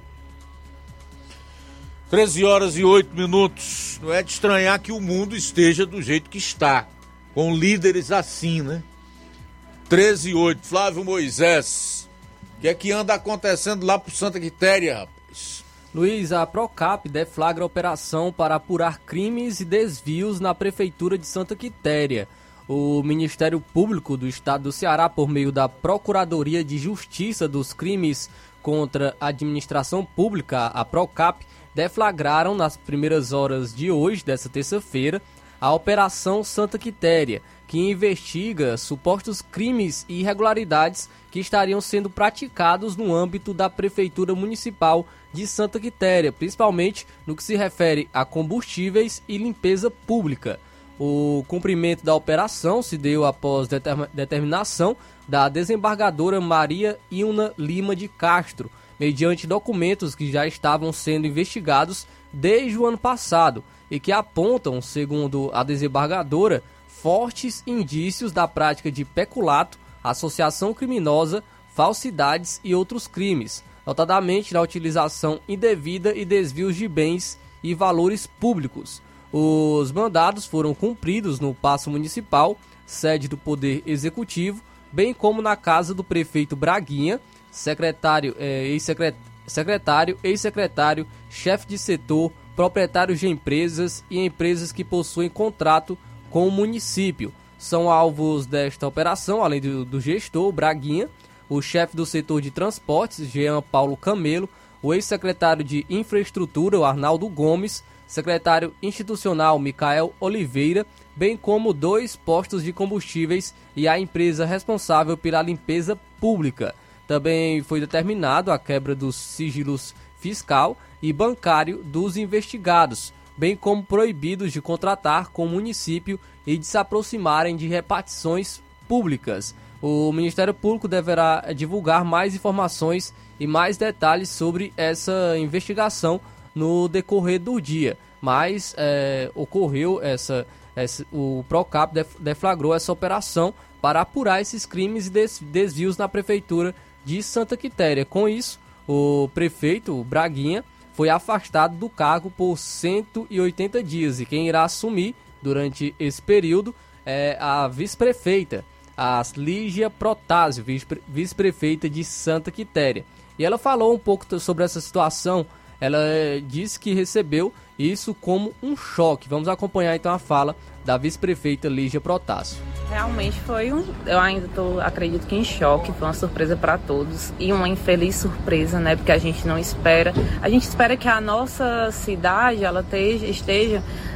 treze horas e oito minutos. Não é de estranhar que o mundo esteja do jeito que está, com líderes assim, né? treze e oito. Flávio Moisés, o que é que anda acontecendo lá pro Santa Quitéria, rapaz?
Luiz, a Procap deflagra operação para apurar crimes e desvios na Prefeitura de Santa Quitéria. O Ministério Público do Estado do Ceará, por meio da Procuradoria de Justiça dos Crimes contra a Administração Pública, a Procap, deflagraram nas primeiras horas de hoje, dessa terça-feira, a Operação Santa Quitéria, que investiga supostos crimes e irregularidades que estariam sendo praticados no âmbito da Prefeitura Municipal de Santa Quitéria, principalmente no que se refere a combustíveis e limpeza pública. O cumprimento da operação se deu após determ- determinação da desembargadora Maria Ilna Lima de Castro, mediante documentos que já estavam sendo investigados desde o ano passado e que apontam, segundo a desembargadora, fortes indícios da prática de peculato, associação criminosa, falsidades e outros crimes, notadamente na utilização indevida e desvios de bens e valores públicos. Os mandados foram cumpridos no Paço Municipal, sede do Poder Executivo, bem como na casa do prefeito Braguinha, secretário, eh, ex-secretário, ex-secretário, chefe de setor, proprietários de empresas e empresas que possuem contrato com o município. São alvos desta operação, além do, do gestor Braguinha, o chefe do setor de transportes, Jean Paulo Camelo, o ex-secretário de Infraestrutura, o Arnaldo Gomes, secretário institucional Micael Oliveira, bem como dois postos de combustíveis e a empresa responsável pela limpeza pública. Também foi determinado a quebra dos sigilos fiscal e bancário dos investigados, bem como proibidos de contratar com o município e de se aproximarem de repartições públicas. O Ministério Público deverá divulgar mais informações e mais detalhes sobre essa investigação no decorrer do dia, mas é, ocorreu essa, essa, o Procap deflagrou essa operação para apurar esses crimes e desvios na Prefeitura de Santa Quitéria. Com isso, o prefeito Braguinha foi afastado do cargo por cento e oitenta dias e quem irá assumir durante esse período é a vice-prefeita, a Lígia Protásio, vice-prefeita de Santa Quitéria. E ela falou um pouco sobre essa situação. Ela disse que recebeu isso como um choque. Vamos acompanhar então a fala da vice-prefeita Lígia Protásio.
Realmente foi um, eu ainda tô, acredito que em choque, foi uma surpresa para todos e uma infeliz surpresa, né? Porque a gente não espera, a gente espera que a nossa cidade ela esteja, esteja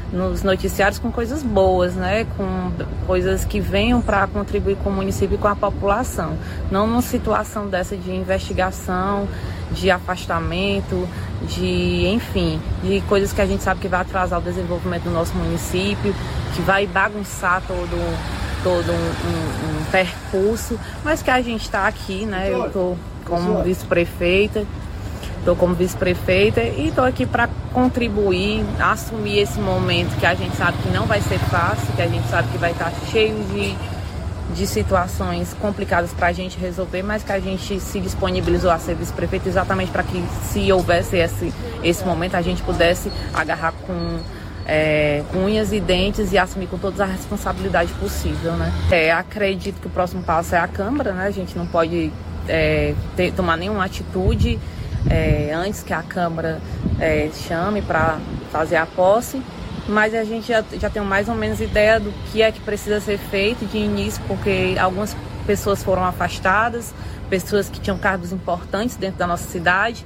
nos noticiários com coisas boas, né? Com coisas que venham para contribuir com o município e com a população. Não numa situação dessa de investigação, de afastamento, de, enfim, de coisas que a gente sabe que vai atrasar o desenvolvimento do nosso município, que vai bagunçar todo todo um, um, um percurso, mas que a gente está aqui, né? Eu estou como vice-prefeita, estou como vice-prefeita e estou aqui para contribuir, assumir esse momento que a gente sabe que não vai ser fácil, que a gente sabe que vai estar cheio de, de situações complicadas para a gente resolver, mas que a gente se disponibilizou a ser vice-prefeita exatamente para que, se houvesse esse, esse momento, a gente pudesse agarrar com É, com unhas e dentes e assumir com toda a responsabilidade possível, né? É, acredito que o próximo passo é a Câmara, né? A gente não pode é, ter, tomar nenhuma atitude é, antes que a Câmara é, chame para fazer a posse, mas a gente já, já tem mais ou menos ideia do que é que precisa ser feito de início, porque algumas pessoas foram afastadas, pessoas que tinham cargos importantes dentro da nossa cidade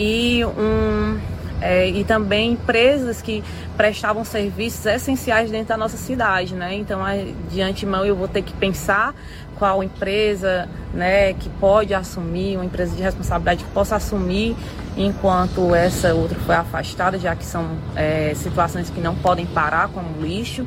e um... É, e também empresas que prestavam serviços essenciais dentro da nossa cidade, né? Então, de antemão, eu vou ter que pensar qual empresa, né, que pode assumir, uma empresa de responsabilidade que possa assumir enquanto essa outra foi afastada, já que são é, situações que não podem parar, como lixo.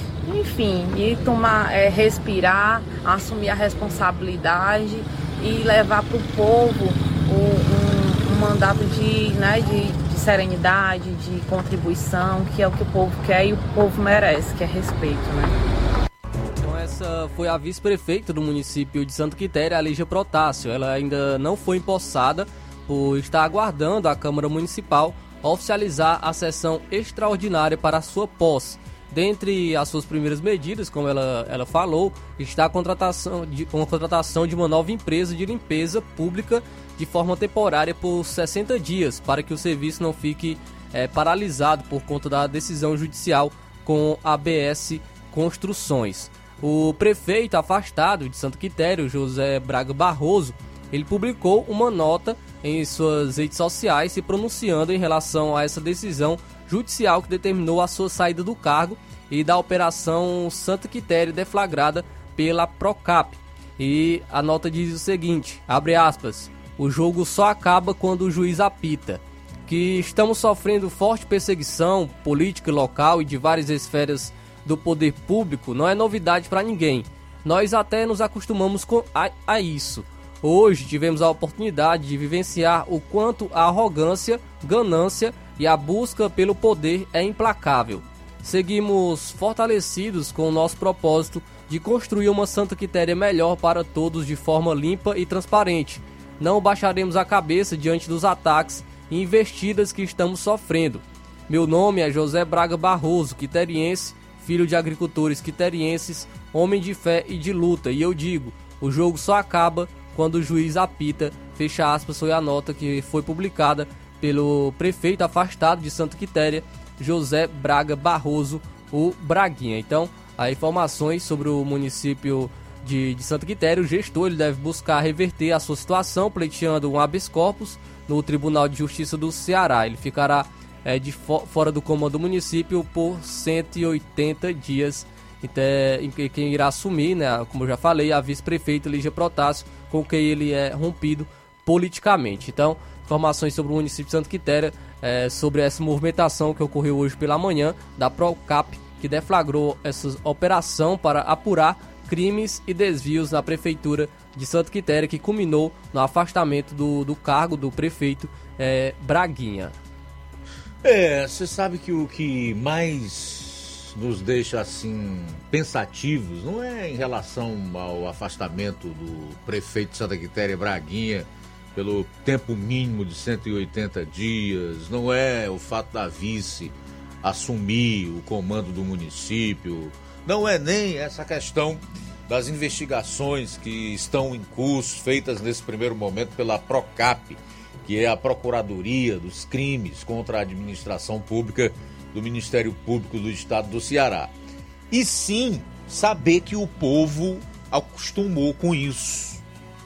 Enfim, e tomar, é, respirar, assumir a responsabilidade e levar para o povo um, um, um mandato de, né, de serenidade, de contribuição, que é o que o povo quer e o povo merece, que é respeito, né?
Então essa foi a vice-prefeita do município de Santa Quitéria, a Lígia Protássio. Ela ainda não foi empossada por estar aguardando a Câmara Municipal oficializar a sessão extraordinária para a sua posse. Dentre as suas primeiras medidas, como ela, ela falou, está a contratação de, uma contratação de uma nova empresa de limpeza pública de forma temporária por sessenta dias, para que o serviço não fique é, paralisado por conta da decisão judicial com a A B S Construções. O prefeito afastado de Santa Quitéria, José Braga Barroso, ele publicou uma nota em suas redes sociais se pronunciando em relação a essa decisão judicial que determinou a sua saída do cargo e da Operação Santa Quitéria deflagrada pela Procap. E a nota diz o seguinte, abre aspas, o jogo só acaba quando o juiz apita. Que estamos sofrendo forte perseguição política local e de várias esferas do poder público não é novidade para ninguém. Nós até nos acostumamos com a, a isso. Hoje tivemos a oportunidade de vivenciar o quanto a arrogância, ganância e a busca pelo poder é implacável. Seguimos fortalecidos com o nosso propósito de construir uma Santa Quitéria melhor para todos de forma limpa e transparente. Não baixaremos a cabeça diante dos ataques e investidas que estamos sofrendo. Meu nome é José Braga Barroso, quiteriense, filho de agricultores quiterienses, homem de fé e de luta. E eu digo, o jogo só acaba quando o juiz apita, fecha aspas, foi a nota que foi publicada pelo prefeito afastado de Santa Quitéria, José Braga Barroso, o Braguinha. Então, há informações sobre o município de, de Santa Quitéria. O gestor ele deve buscar reverter a sua situação, pleiteando um habeas corpus no Tribunal de Justiça do Ceará. Ele ficará é, de fo- fora do comando do município por cento e oitenta dias. Então, quem irá assumir, né, como eu já falei, a vice-prefeita Lígia Protássio, com quem ele é rompido politicamente. Então, informações sobre o município de Santa Quitéria, é, sobre essa movimentação que ocorreu hoje pela manhã da Procap, que deflagrou essa operação para apurar crimes e desvios na prefeitura de Santa Quitéria, que culminou no afastamento do, do cargo do prefeito é, Braguinha.
É, você sabe que o que mais nos deixa assim pensativos não é em relação ao afastamento do prefeito de Santa Quitéria, Braguinha, pelo tempo mínimo de cento e oitenta dias, não é o fato da vice assumir o comando do município, não é nem essa questão das investigações que estão em curso, feitas nesse primeiro momento pela Procap, que é a Procuradoria dos Crimes contra a Administração Pública do Ministério Público do Estado do Ceará. E sim, saber que o povo acostumou com isso.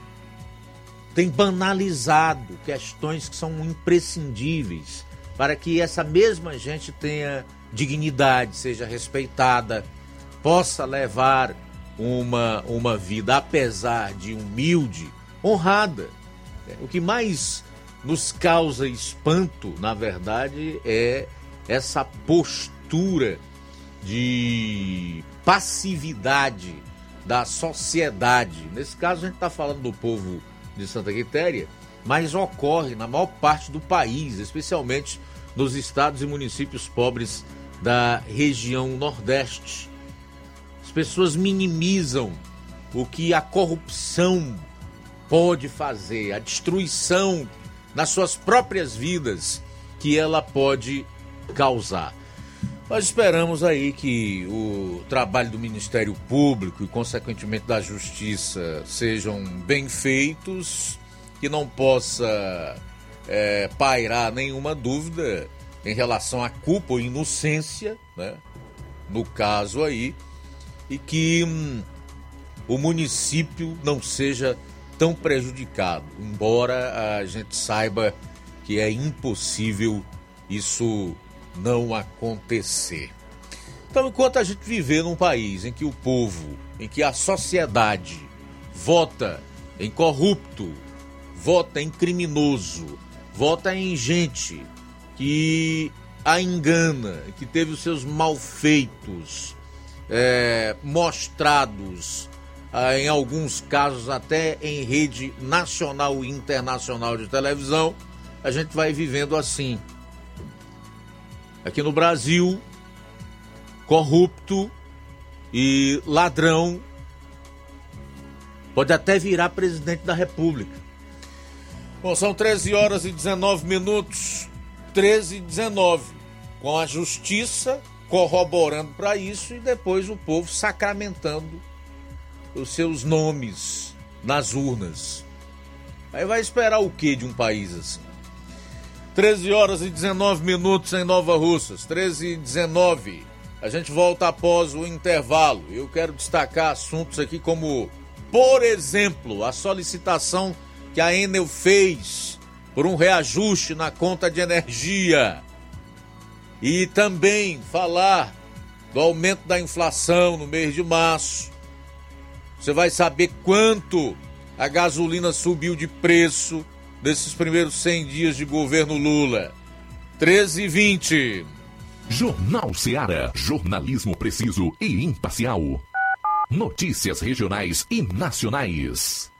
Tem banalizado questões que são imprescindíveis para que essa mesma gente tenha dignidade, seja respeitada, possa levar uma, uma vida, apesar de humilde, honrada. O que mais nos causa espanto, na verdade, é essa postura de passividade da sociedade. Nesse caso, a gente está falando do povo de Santa Quitéria, mas ocorre na maior parte do país, especialmente nos estados e municípios pobres da região Nordeste. As pessoas minimizam o que a corrupção pode fazer, a destruição nas suas próprias vidas que ela pode causar. Nós esperamos aí que o trabalho do Ministério Público e, consequentemente, da Justiça sejam bem feitos, que não possa é, pairar nenhuma dúvida em relação à culpa ou inocência, né, no caso aí, e que hum, o município não seja tão prejudicado, embora a gente saiba que é impossível isso não acontecer. Então, enquanto a gente viver num país em que o povo, em que a sociedade vota em corrupto, vota em criminoso, vota em gente que a engana, que teve os seus malfeitos é, mostrados, em alguns casos até em rede nacional e internacional de televisão, a gente vai vivendo assim. Aqui no Brasil, corrupto e ladrão pode até virar presidente da República. Bom, são treze horas e dezenove minutos, treze e dezenove, com a justiça corroborando para isso e depois o povo sacramentando os seus nomes nas urnas. Aí vai esperar o que de um país assim? treze horas e dezenove minutos em Nova Russas, treze e dezenove. A gente volta após o intervalo. Eu quero destacar assuntos aqui como, por exemplo, a solicitação que a Enel fez por um reajuste na conta de energia. E também falar do aumento da inflação no mês de março. Você vai saber quanto a gasolina subiu de preço desses primeiros cem dias de governo Lula. treze e vinte.
Jornal Ceará. Jornalismo preciso e imparcial. Notícias regionais e nacionais.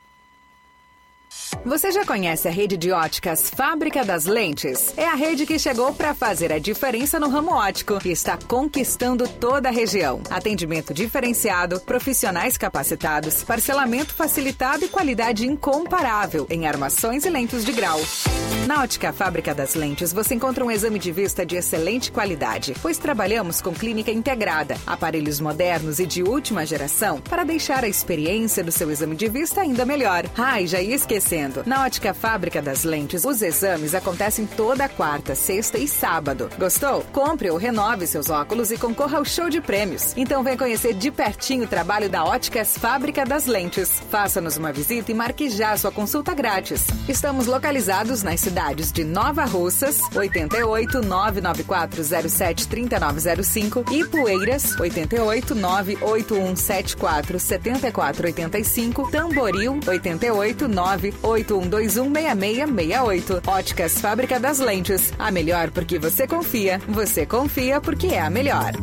Você já conhece a rede de óticas Fábrica das Lentes? É a rede que chegou para fazer a diferença no ramo óptico e está conquistando toda a região. Atendimento diferenciado, profissionais capacitados, parcelamento facilitado e qualidade incomparável em armações e lentes de grau. Na Ótica Fábrica das Lentes, você encontra um exame de vista de excelente qualidade, pois trabalhamos com clínica integrada, aparelhos modernos e de última geração para deixar a experiência do seu exame de vista ainda melhor. Ai, já ia esquecendo. Na Ótica Fábrica das Lentes, os exames acontecem toda quarta, sexta e sábado. Gostou? Compre ou renove seus óculos e concorra ao show de prêmios. Então vem conhecer de pertinho o trabalho da Óticas Fábrica das Lentes. Faça-nos uma visita e marque já sua consulta grátis. Estamos localizados nas cidades de Nova Russas, oito oito, nove nove quatro zero sete, três nove zero cinco e Poeiras, oito oito, nove oito um sete quatro, sete quatro oito cinco, Tamboril, oito oito, nove oito um dois um, seis seis seis oito. Óticas Fábrica das Lentes. A melhor porque você confia. Você confia porque é a melhor.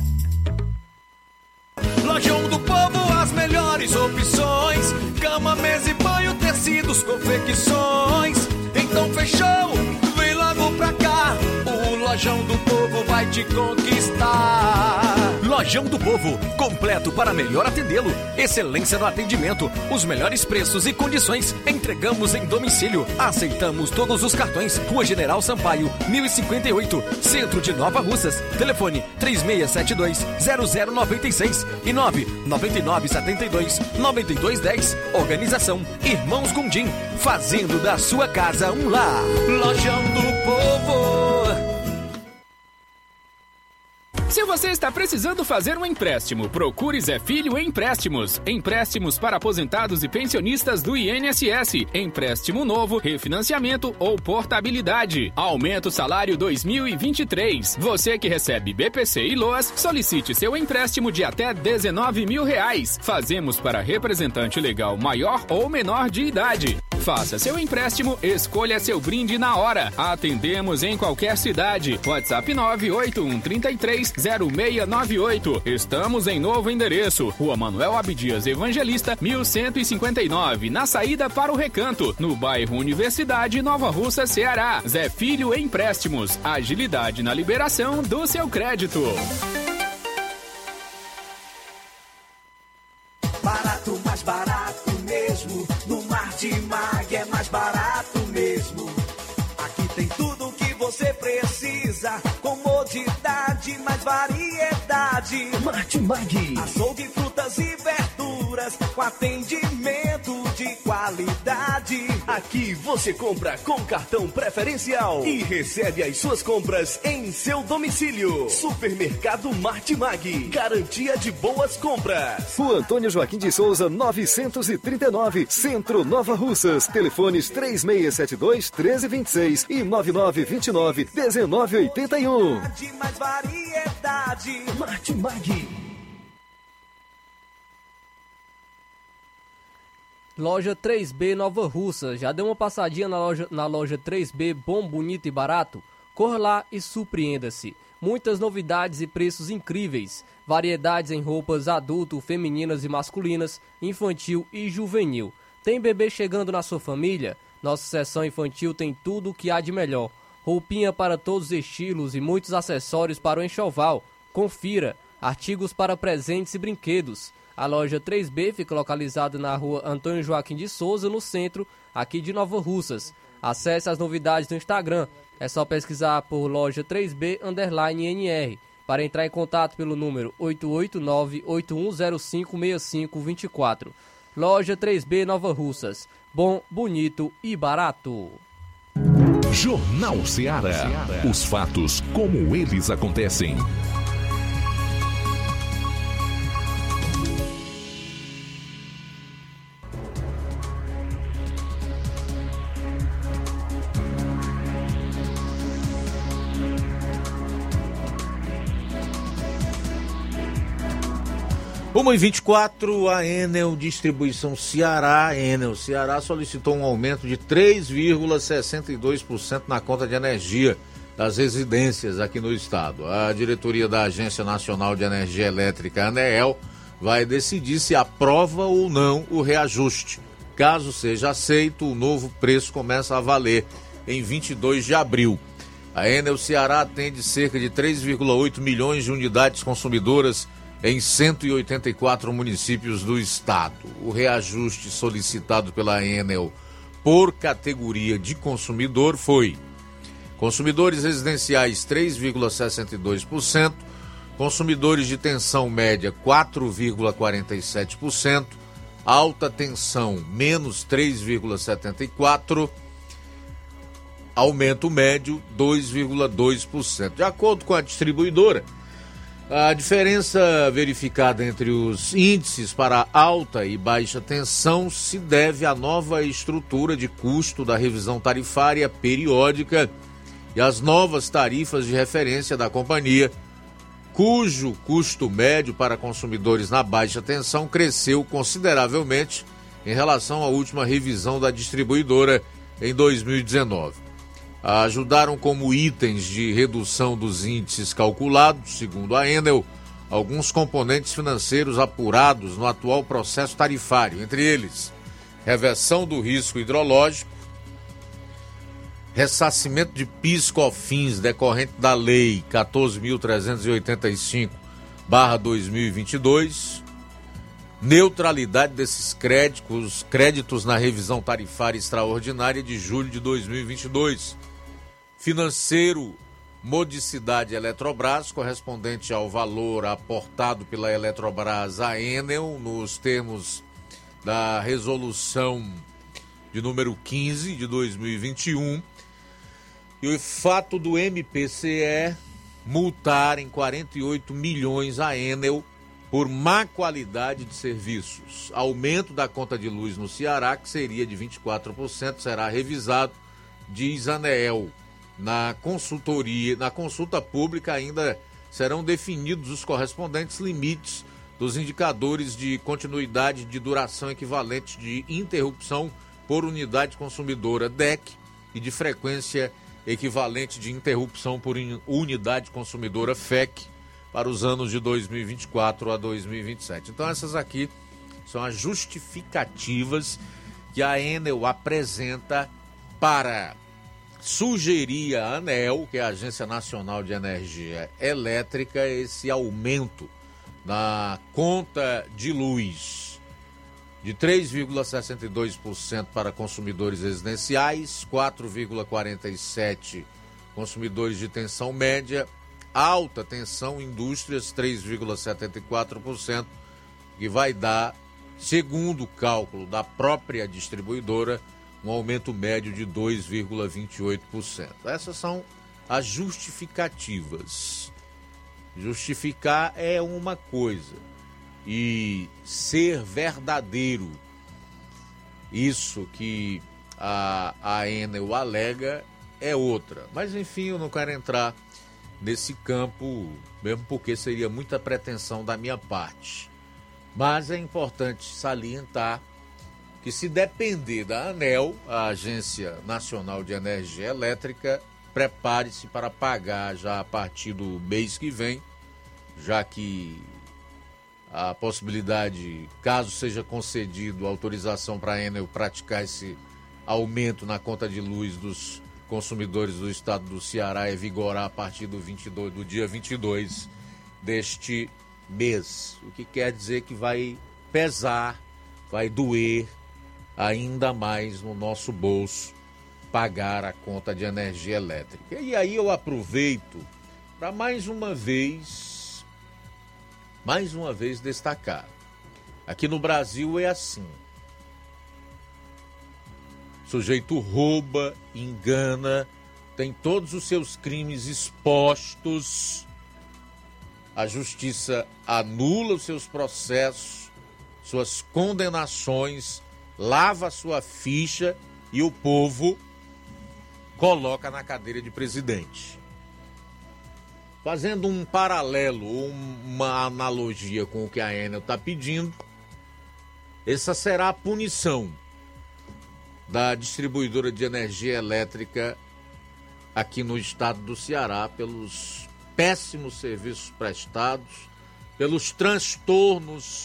Lojão do Povo, as melhores opções: cama, mesa e banho, tecidos, confecções. Então fechou, vem logo pra cá. O Lojão do Povo vai te conquistar. Lojão do Povo, completo para melhor atendê-lo. Excelência no atendimento, os melhores preços e condições. Entregamos em domicílio. Aceitamos todos os cartões. Rua General Sampaio, mil e cinquenta e oito, Centro de Nova Russas. Telefone três seis sete dois, zero zero nove seis e nove nove nove sete dois, nove dois um zero. Organização Irmãos Gondim, fazendo da sua casa um lar. Lojão do Povo.
Se você está precisando fazer um empréstimo, procure Zé Filho Empréstimos. Empréstimos para aposentados e pensionistas do I N S S. Empréstimo novo, refinanciamento ou portabilidade. Aumento salário dois mil e vinte e três. Você que recebe B P C e LOAS, solicite seu empréstimo de até dezenove mil reais. Fazemos para representante legal maior ou menor de idade. Faça seu empréstimo, escolha seu brinde na hora. Atendemos em qualquer cidade. WhatsApp nove oito um três três zero seis nove oito. Estamos em novo endereço. Rua Manuel Abdias Evangelista, mil cento e cinquenta e nove, na saída para o Recanto, no bairro Universidade, Nova Russa, Ceará. Zé Filho Empréstimos. Agilidade na liberação do seu crédito.
Barato, mais barato mesmo. No Martimag é mais barato mesmo. Aqui tem tudo o que você precisa. Comodidade, mais variedade. Martimag. Açougue, frutas e verduras com atendimento de qualidade.
Aqui você compra com cartão preferencial e recebe as suas compras em seu domicílio. Supermercado Martimag. Garantia de boas compras.
Rua Antônio Joaquim de Souza, novecentos e trinta e nove, Centro, Nova Russas. Telefones três seis sete dois, um três dois seis e nove nove dois nove, um nove oito um.
Mais variedade. Martimag.
Loja três B Nova Russa. Já deu uma passadinha na loja, na loja três B Bom, Bonito e Barato? Corra lá e surpreenda-se. Muitas novidades e preços incríveis. Variedades em roupas adulto, femininas e masculinas, infantil e juvenil. Tem bebê chegando na sua família? Nossa seção infantil tem tudo o que há de melhor. Roupinha para todos os estilos e muitos acessórios para o enxoval. Confira. Artigos para presentes e brinquedos. A loja três B fica localizada na rua Antônio Joaquim de Souza, no centro, aqui de Nova Russas. Acesse as novidades no Instagram. É só pesquisar por loja três B underline N R. Para entrar em contato pelo número oito oito nove, oito um zero cinco, seis cinco dois quatro. Loja três B Nova Russas. Bom, bonito e barato.
Jornal Ceará. Os fatos como eles acontecem.
uma e vinte e quatro, a Enel Distribuição Ceará, Enel Ceará solicitou um aumento de três vírgula sessenta e dois por cento na conta de energia das residências aqui no estado. A diretoria da Agência Nacional de Energia Elétrica, ANEEL, vai decidir se aprova ou não o reajuste. Caso seja aceito, o novo preço começa a valer em vinte e dois de abril. A Enel Ceará atende cerca de três vírgula oito milhões de unidades consumidoras em cento e oitenta e quatro municípios do estado. O reajuste solicitado pela Enel por categoria de consumidor foi: consumidores residenciais três vírgula sessenta e dois por cento, consumidores de tensão média quatro vírgula quarenta e sete por cento, alta tensão menos três vírgula setenta e quatro por cento, aumento médio dois vírgula dois por cento. De acordo com a distribuidora, a diferença verificada entre os índices para alta e baixa tensão se deve à nova estrutura de custo da revisão tarifária periódica e às novas tarifas de referência da companhia, cujo custo médio para consumidores na baixa tensão cresceu consideravelmente em relação à última revisão da distribuidora em dois mil e dezenove. Ajudaram como itens de redução dos índices calculados, segundo a Enel, alguns componentes financeiros apurados no atual processo tarifário, entre eles reversão do risco hidrológico, ressarcimento de PIS/COFINS decorrente da Lei quatorze mil trezentos e oitenta e cinco barra dois mil e vinte e dois, neutralidade desses créditos, créditos na revisão tarifária extraordinária de julho de dois mil e vinte e dois, financeiro modicidade Eletrobras, correspondente ao valor aportado pela Eletrobras à Enel nos termos da resolução de número quinze de dois mil e vinte e um, e o fato do M P C E multar em quarenta e oito milhões a Enel por má qualidade de serviços. Aumento da conta de luz no Ceará, que seria de vinte e quatro por cento, será revisado, diz ANEEL. Na consultoria, na consulta pública ainda serão definidos os correspondentes limites dos indicadores de continuidade de duração equivalentes de interrupção por unidade consumidora D E C e de frequência equivalente de interrupção por unidade consumidora F E C para os anos de dois mil e vinte e quatro a dois mil e vinte e sete. Então essas aqui são as justificativas que a Enel apresenta para sugerir à ANEEL, que é a Agência Nacional de Energia Elétrica, esse aumento na conta de luz de três vírgula sessenta e dois por cento para consumidores residenciais, quatro vírgula quarenta e sete por cento consumidores de tensão média, alta tensão indústrias três vírgula setenta e quatro por cento, que vai dar, segundo o cálculo da própria distribuidora, um aumento médio de dois vírgula vinte e oito por cento. Essas são as justificativas. Justificar é uma coisa e ser verdadeiro, isso que a, a Enel alega, é outra. Mas enfim, eu não quero entrar nesse campo, mesmo porque seria muita pretensão da minha parte. Mas é importante salientar que, se depender da ANEEL, a Agência Nacional de Energia Elétrica, prepare-se para pagar já a partir do mês que vem, já que a possibilidade, caso seja concedido autorização para a Enel praticar esse aumento na conta de luz dos consumidores do estado do Ceará, é vigorar a partir do, vinte e dois, do dia vinte e dois deste mês. O que quer dizer que vai pesar, vai doer ainda mais no nosso bolso pagar a conta de energia elétrica. E aí eu aproveito para mais uma vez, mais uma vez destacar. Aqui no Brasil é assim. O sujeito rouba, engana, tem todos os seus crimes expostos, a justiça anula os seus processos, suas condenações, lava a sua ficha e o povo coloca na cadeira de presidente. Fazendo um paralelo, uma analogia com o que a Enel está pedindo, essa será a punição da distribuidora de energia elétrica aqui no estado do Ceará pelos péssimos serviços prestados, pelos transtornos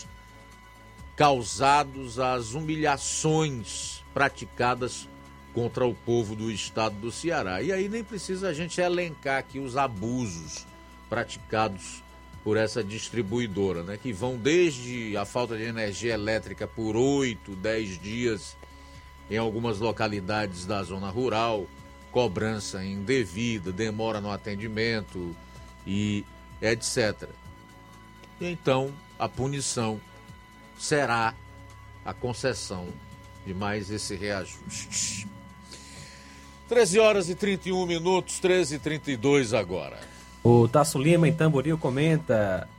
causados, às humilhações praticadas contra o povo do estado do Ceará. E aí nem precisa a gente elencar aqui os abusos praticados por essa distribuidora, né? Que vão desde a falta de energia elétrica por oito, dez dias em algumas localidades da zona rural, cobrança indevida, demora no atendimento e etcétera. E então a punição será a concessão de mais esse reajuste. treze horas e trinta e um minutos, treze e trinta e dois agora.
O Tasso Lima, em Tamboril, comenta: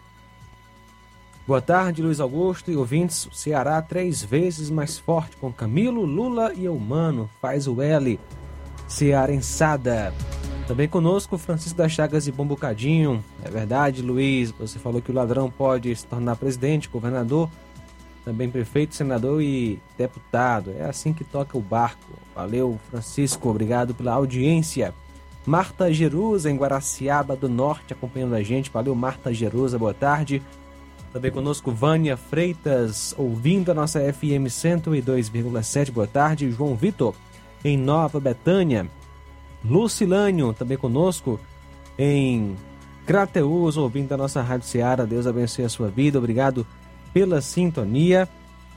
boa tarde, Luiz Augusto e ouvintes. O Ceará três vezes mais forte com Camilo, Lula e Eumano. Faz o L. Cearensada. Também conosco, Francisco das Chagas e Bom Bocadinho. É verdade, Luiz, você falou que o ladrão pode se tornar presidente, governador, também prefeito, senador e deputado. É assim que toca o barco. Valeu, Francisco, obrigado pela audiência. Marta Jerusa, em Guaraciaba do Norte, acompanhando a gente. Valeu, Marta Jerusa, boa tarde. Também conosco, Vânia Freitas, ouvindo a nossa F M cento e dois vírgula sete, boa tarde. João Vitor, em Nova Betânia. Lucilânio, também conosco, em Crateús, ouvindo a nossa Rádio Ceará. Deus abençoe a sua vida, obrigado pela sintonia.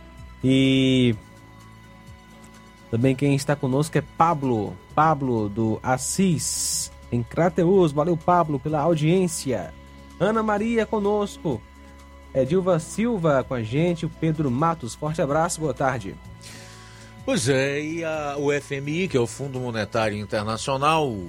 E também quem está conosco é Pablo, Pablo do Assis, em Crateús. Valeu, Pablo, pela audiência. Ana Maria conosco, Edilva Silva com a gente, o Pedro Matos, forte abraço, boa tarde.
Pois é, e a, o F M I, que é o Fundo Monetário Internacional,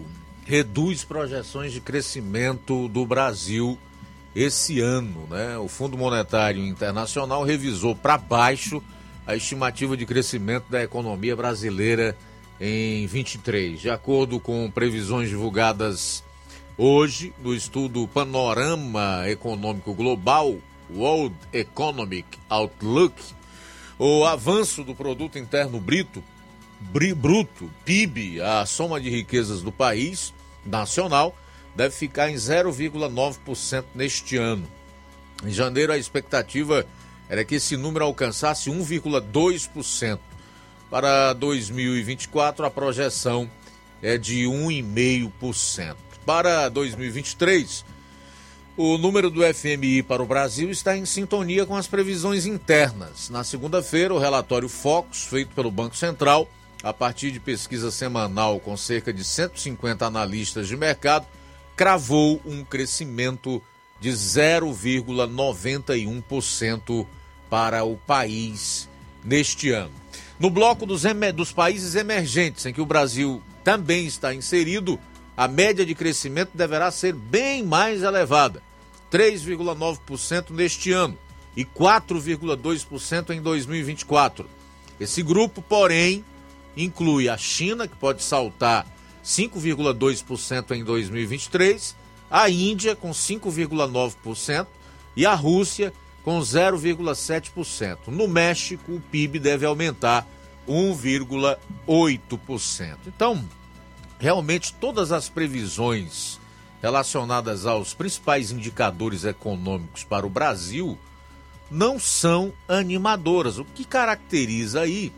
reduz projeções de crescimento do Brasil esse ano, né? O Fundo Monetário Internacional revisou para baixo a estimativa de crescimento da economia brasileira em vinte e três. De acordo com previsões divulgadas hoje no estudo Panorama Econômico Global, World Economic Outlook, o avanço do Produto Interno Bruto, bruto, P I B, a soma de riquezas do país nacional, deve ficar em zero vírgula nove por cento neste ano. Em janeiro, a expectativa era que esse número alcançasse um vírgula dois por cento. Para dois mil e vinte e quatro, a projeção é de um vírgula cinco por cento. Para dois mil e vinte e três, o número do F M I para o Brasil está em sintonia com as previsões internas. Na segunda-feira, o relatório Focus, feito pelo Banco Central, a partir de pesquisa semanal com cerca de cento e cinquenta analistas de mercado, cravou um crescimento de zero vírgula noventa e um por cento para o país neste ano. No bloco dos, dos países emergentes, em que o Brasil também está inserido, a média de crescimento deverá ser bem mais elevada, três vírgula nove por cento neste ano e quatro vírgula dois por cento em dois mil e vinte e quatro. Esse grupo, porém, inclui a China, que pode saltar cinco vírgula dois por cento em dois mil e vinte e três, a Índia com cinco vírgula nove por cento e a Rússia com zero vírgula sete por cento. No México, o P I B deve aumentar um vírgula oito por cento. Então, realmente, todas as previsões relacionadas aos principais indicadores econômicos para o Brasil não são animadoras. O que caracteriza aí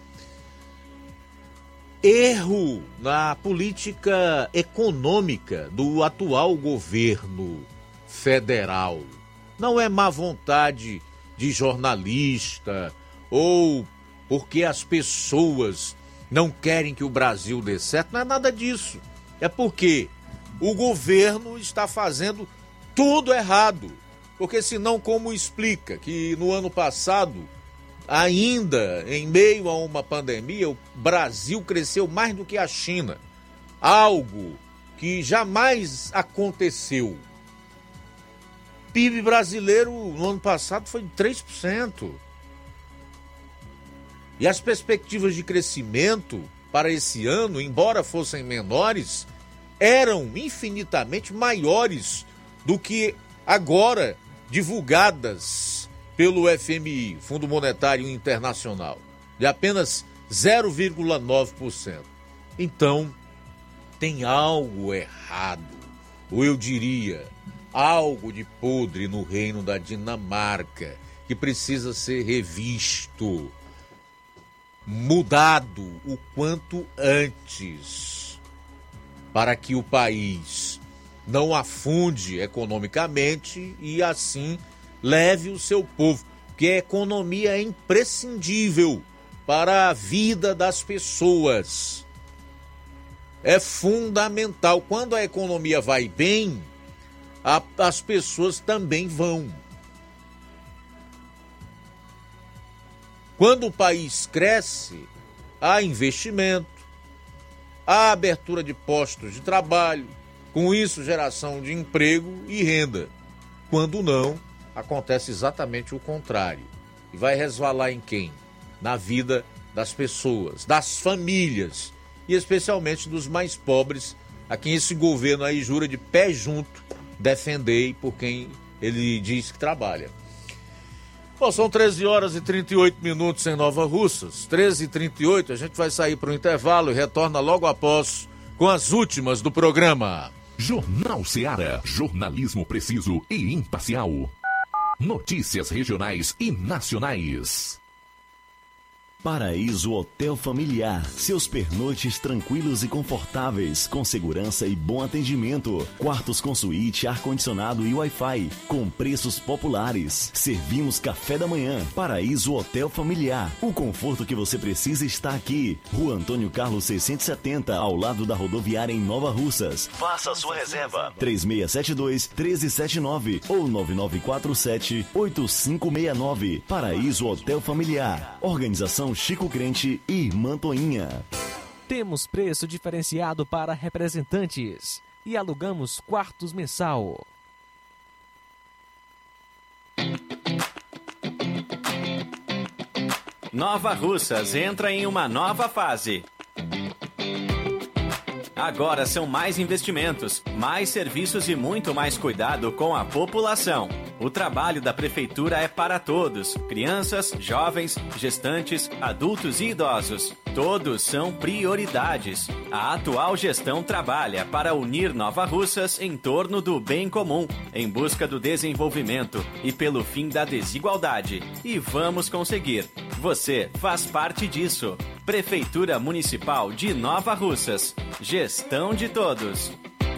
erro na política econômica do atual governo federal. Não é má vontade de jornalista ou porque as pessoas não querem que o Brasil dê certo, não é nada disso. É porque o governo está fazendo tudo errado. Porque senão, como explica que no ano passado, ainda em meio a uma pandemia, o Brasil cresceu mais do que a China. Algo que jamais aconteceu. P I B brasileiro no ano passado foi de três por cento. E as perspectivas de crescimento para esse ano, embora fossem menores, eram infinitamente maiores do que agora divulgadas pelo F M I, Fundo Monetário Internacional, de apenas zero vírgula nove por cento. Então, tem algo errado, ou eu diria, algo de podre no reino da Dinamarca, que precisa ser revisto, mudado o quanto antes, para que o país não afunde economicamente e assim leve o seu povo, porque a economia é imprescindível para a vida das pessoas. É fundamental. Quando a economia vai bem, a, as pessoas também vão. Quando o país cresce, há investimento, há abertura de postos de trabalho, com isso geração de emprego e renda. Quando não, acontece exatamente o contrário. E vai resvalar em quem? Na vida das pessoas, das famílias e especialmente dos mais pobres, a quem esse governo aí jura de pé junto defender e por quem ele diz que trabalha. Bom, são treze horas e trinta e oito minutos em Nova Russas, treze e trinta e oito, a gente vai sair para o intervalo e retorna logo após com as últimas do programa.
Jornal Ceará, jornalismo preciso e imparcial. Notícias regionais e nacionais.
Paraíso Hotel Familiar. Seus pernoites tranquilos e confortáveis, com segurança e bom atendimento. Quartos com suíte, ar-condicionado e Wi-Fi, com preços populares. Servimos café da manhã. Paraíso Hotel Familiar. O conforto que você precisa está aqui. Rua Antônio Carlos seiscentos e setenta, ao lado da rodoviária em Nova Russas. Faça a sua reserva. três seis sete dois, um três sete nove ou nove nove quatro sete, oito cinco seis nove. Paraíso Hotel Familiar. Organização Chico Crente e Mantoinha.
Temos preço diferenciado para representantes. e alugamos quartos mensal.
Nova Russas entra em uma nova fase. Agora são mais investimentos, mais serviços e muito mais cuidado com a população. O trabalho da Prefeitura é para todos: crianças, jovens, gestantes, adultos e idosos. Todos são prioridades. A atual gestão trabalha para unir Nova Russas em torno do bem comum, em busca do desenvolvimento e pelo fim da desigualdade. E vamos conseguir. Você faz parte disso. Prefeitura Municipal de Nova Russas. Gestão de todos.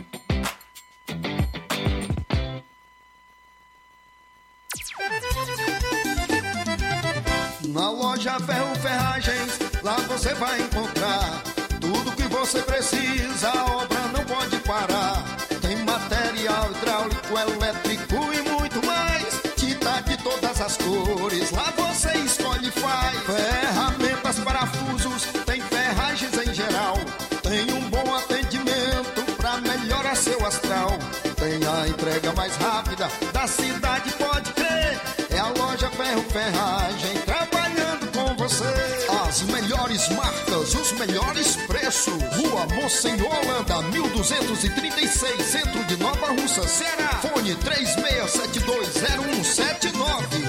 Na loja Ferro Ferragens, lá você vai encontrar tudo que você precisa, a obra não pode parar. Tem material hidráulico, elétrico e muito mais. Tinta de todas as cores, lá você escolhe e faz. Ferramentas, parafusos, tem ferragens em geral. Tem um bom atendimento pra melhorar seu astral. Tem a entrega mais rápida da cidade, pode crer. É a loja Ferro Ferragem trabalhando com você. As melhores marcas, os melhores preços. Rua Monsenhor Holanda, mil duzentos e trinta e seis, centro de Nova Russa, Ceará. Fone três seis sete dois zero um sete nove.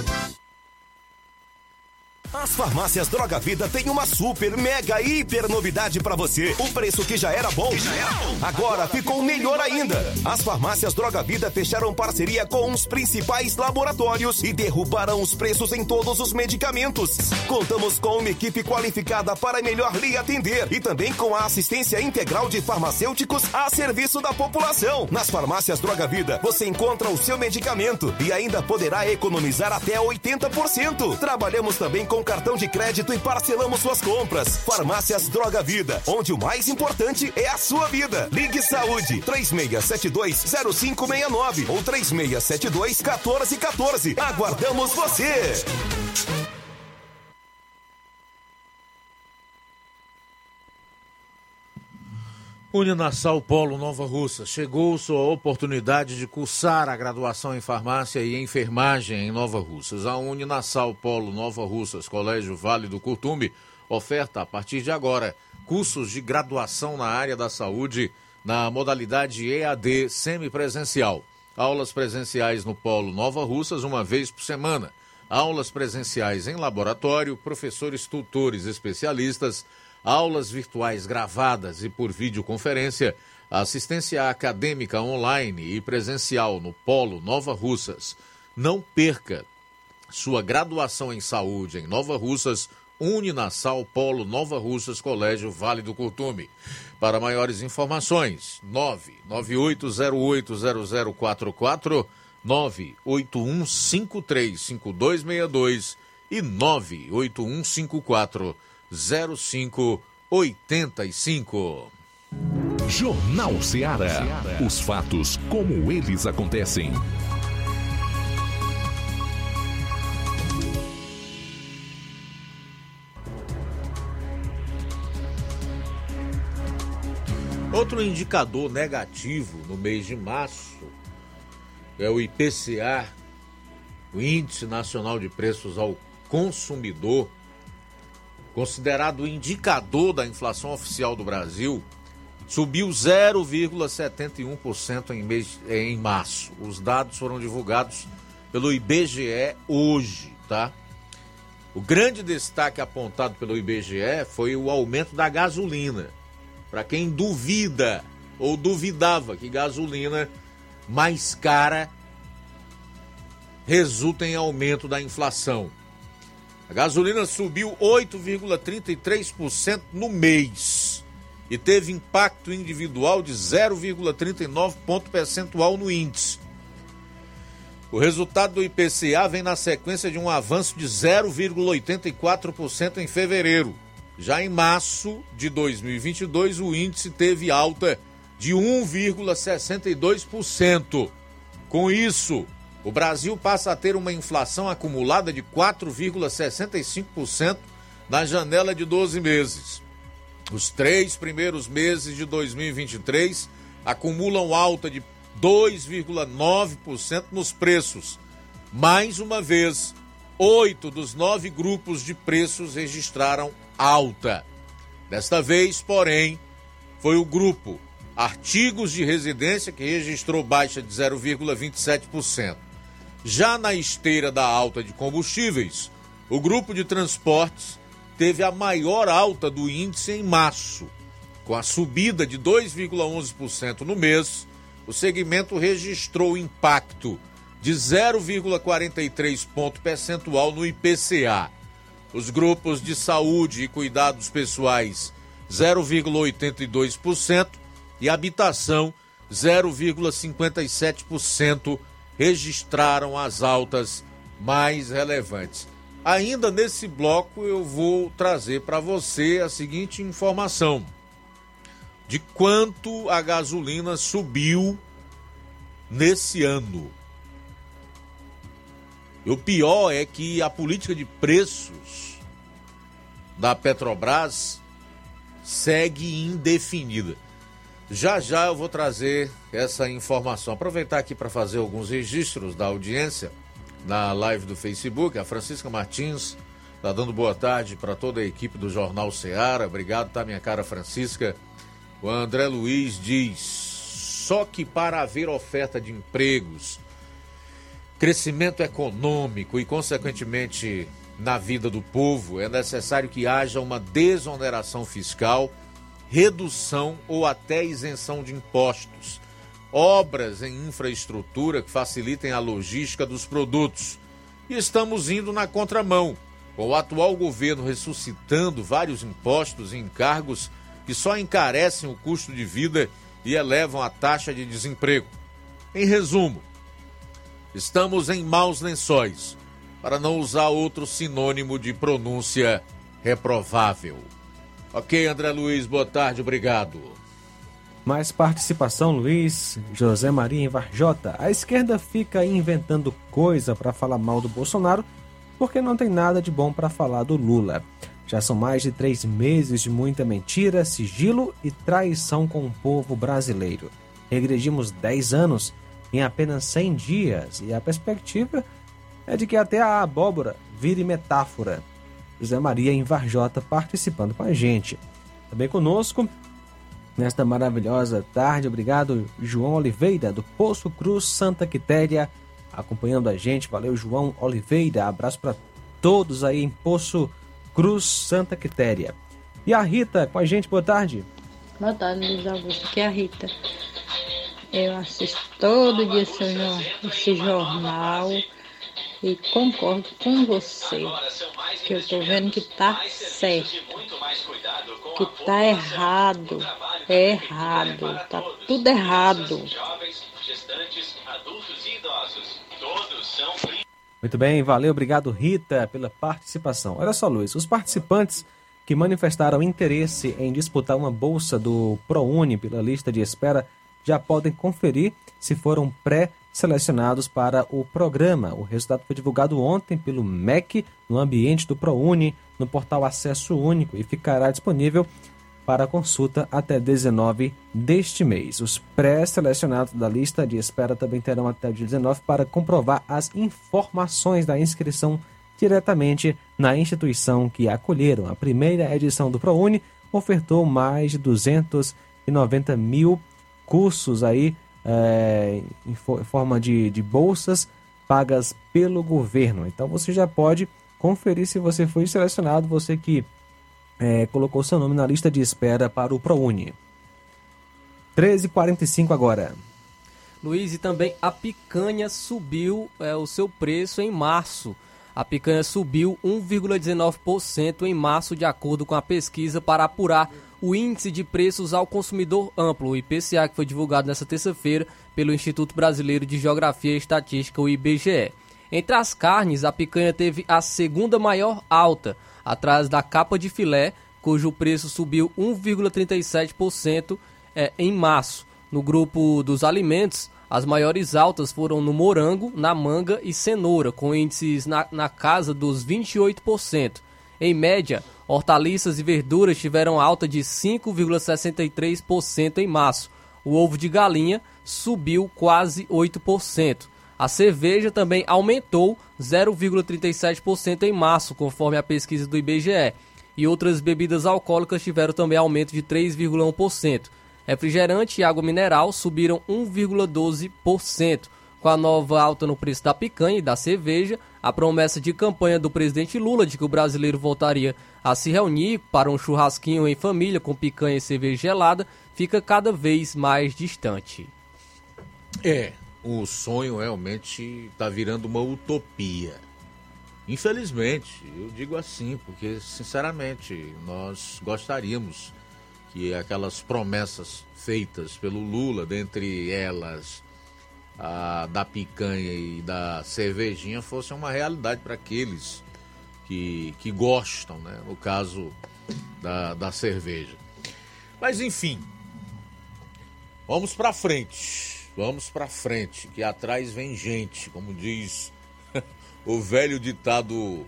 As farmácias Droga Vida têm uma super, mega, hiper novidade pra você. O preço que já era bom, que já era bom agora ficou melhor ainda. As farmácias Droga Vida fecharam parceria com os principais laboratórios e derrubaram os preços em todos os medicamentos. Contamos com uma equipe qualificada para melhor lhe atender e também com a assistência integral de farmacêuticos a serviço da população. Nas farmácias Droga Vida, você encontra o seu medicamento e ainda poderá economizar até oitenta por cento. Trabalhamos também com cartão de crédito e parcelamos suas compras. Farmácias Droga Vida, onde o mais importante é a sua vida. Ligue Saúde três seis sete dois zero cinco seis nove ou três seis sete dois um quatro um quatro. Aguardamos você!
Uninasal Polo Nova Russa. Chegou sua oportunidade de cursar a graduação em farmácia e enfermagem em Nova Russas. A Uninasal Polo Nova Russas, Colégio Vale do Curtume, oferta a partir de agora cursos de graduação na área da saúde na modalidade E A D semipresencial. Aulas presenciais no Polo Nova Russas uma vez por semana. Aulas presenciais em laboratório, professores tutores especialistas, aulas virtuais gravadas e por videoconferência, assistência acadêmica online e presencial no Polo Nova Russas. Não perca sua graduação em saúde em Nova Russas, Uninasal Polo Nova Russas, Colégio Vale do Curtume. Para maiores informações, nove nove oito zero oito zero zero quatro quatro, nove oito um cinco três cinco dois seis dois e nove oito um cinco quatro zero cinco oito cinco.
Jornal Ceará. Os fatos como eles acontecem.
Outro indicador negativo no mês de março é o I P C A, o Índice Nacional de Preços ao Consumidor, considerado o indicador da inflação oficial do Brasil, subiu zero vírgula setenta e um por cento em, mês, em março. Os dados foram divulgados pelo I B G E hoje, tá? O grande destaque apontado pelo I B G E foi o aumento da gasolina. Para quem duvida ou duvidava que gasolina mais cara resulta em aumento da inflação. A gasolina subiu oito vírgula trinta e três por cento no mês e teve impacto individual de zero vírgula trinta e nove ponto percentual no índice. O resultado do I P C A vem na sequência de um avanço de zero vírgula oitenta e quatro por cento em fevereiro. Já em março de dois mil e vinte e dois, o índice teve alta de um vírgula sessenta e dois por cento. Com isso, o Brasil passa a ter uma inflação acumulada de quatro vírgula sessenta e cinco por cento na janela de doze meses. Os três primeiros meses de dois mil e vinte e três acumulam alta de dois vírgula nove por cento nos preços. Mais uma vez, oito dos nove grupos de preços registraram alta. Desta vez, porém, foi o grupo artigos de residência que registrou baixa de zero vírgula vinte e sete por cento. Já na esteira da alta de combustíveis, o grupo de transportes teve a maior alta do índice em março. Com a subida de dois vírgula onze por cento no mês, o segmento registrou impacto de zero vírgula quarenta e três ponto percentual no I P C A. Os grupos de saúde e cuidados pessoais, zero vírgula oitenta e dois por cento e habitação, zero vírgula cinquenta e sete por cento registraram as altas mais relevantes. Ainda nesse bloco eu vou trazer para você a seguinte informação: de quanto a gasolina subiu nesse ano. E o pior é que a política de preços da Petrobras segue indefinida. Já já eu vou trazer essa informação. Aproveitar aqui para fazer alguns registros da audiência na live do Facebook. A Francisca Martins está dando boa tarde para toda a equipe do Jornal Ceará. Obrigado, tá, minha cara Francisca. O André Luiz diz: só que para haver oferta de empregos, crescimento econômico e, consequentemente, na vida do povo, é necessário que haja uma desoneração fiscal, redução ou até isenção de impostos, obras em infraestrutura que facilitem a logística dos produtos. E estamos indo na contramão, com o atual governo ressuscitando vários impostos e encargos que só encarecem o custo de vida e elevam a taxa de desemprego. Em resumo, estamos em maus lençóis, para não usar outro sinônimo de pronúncia reprovável. Ok, André Luiz, boa tarde, obrigado.
Mais participação, Luiz. José Maria em Varjota. A esquerda fica inventando coisa para falar mal do Bolsonaro, porque não tem nada de bom para falar do Lula. Já são mais de três meses de muita mentira, sigilo e traição com o povo brasileiro. Regredimos dez anos em apenas cem dias e a perspectiva é de que até a abóbora vire metáfora. José Maria em Varjota participando com a gente. Também conosco, nesta maravilhosa tarde, obrigado, João Oliveira, do Poço Cruz, Santa Quitéria, acompanhando a gente. Valeu, João Oliveira. Abraço para todos aí em Poço Cruz, Santa Quitéria. E a Rita com a gente, boa tarde.
Boa tarde, Luiz Augusto, aqui é a Rita. Eu assisto todo dia seu, esse jornal e concordo com você, que eu tô vendo que tá certo, que tá errado, é errado, tá tudo errado.
Muito bem, valeu, obrigado, Rita, pela participação. Olha só, Luiz, os participantes que manifestaram interesse em disputar uma bolsa do ProUni pela lista de espera já podem conferir se foram pré-selecionados para o programa. O resultado foi divulgado ontem pelo M E C no ambiente do ProUni, no portal Acesso Único, e ficará disponível para consulta até dezenove deste mês. Os pré-selecionados da lista de espera também terão até o dia dezenove para comprovar as informações da inscrição diretamente na instituição que acolheram. A primeira edição do ProUni ofertou mais de duzentos e noventa mil cursos aí, é, em, fo- em forma de, de bolsas pagas pelo governo. Então você já pode conferir se você foi selecionado, você que é, colocou seu nome na lista de espera para o ProUni. treze e quarenta e cinco agora.
Luiz, e também a picanha subiu é, o seu preço em março. A picanha subiu um vírgula dezenove por cento em março, de acordo com a pesquisa para apurar o Índice de Preços ao Consumidor Amplo, o I P C A, que foi divulgado nesta terça-feira pelo Instituto Brasileiro de Geografia e Estatística, o I B G E. Entre as carnes, a picanha teve a segunda maior alta, atrás da capa de filé, cujo preço subiu um vírgula trinta e sete por cento é, em março. No grupo dos alimentos, as maiores altas foram no morango, na manga e cenoura, com índices na, na casa dos vinte e oito por cento. Em média, hortaliças e verduras tiveram alta de cinco vírgula sessenta e três por cento em março. O ovo de galinha subiu quase oito por cento. A cerveja também aumentou zero vírgula trinta e sete por cento em março, conforme a pesquisa do I B G E. E outras bebidas alcoólicas tiveram também aumento de três vírgula um por cento. Refrigerante e água mineral subiram um vírgula doze por cento. Com a nova alta no preço da picanha e da cerveja, a promessa de campanha do presidente Lula de que o brasileiro voltaria a se reunir para um churrasquinho em família com picanha e cerveja gelada fica cada vez mais distante.
É, o sonho realmente está virando uma utopia. Infelizmente, eu digo assim, porque sinceramente nós gostaríamos que aquelas promessas feitas pelo Lula, dentre elas a da picanha e da cervejinha, fossem uma realidade para aqueles que, que gostam, né? No caso da, da cerveja. Mas enfim, vamos para frente, vamos para frente, que atrás vem gente, como diz o velho ditado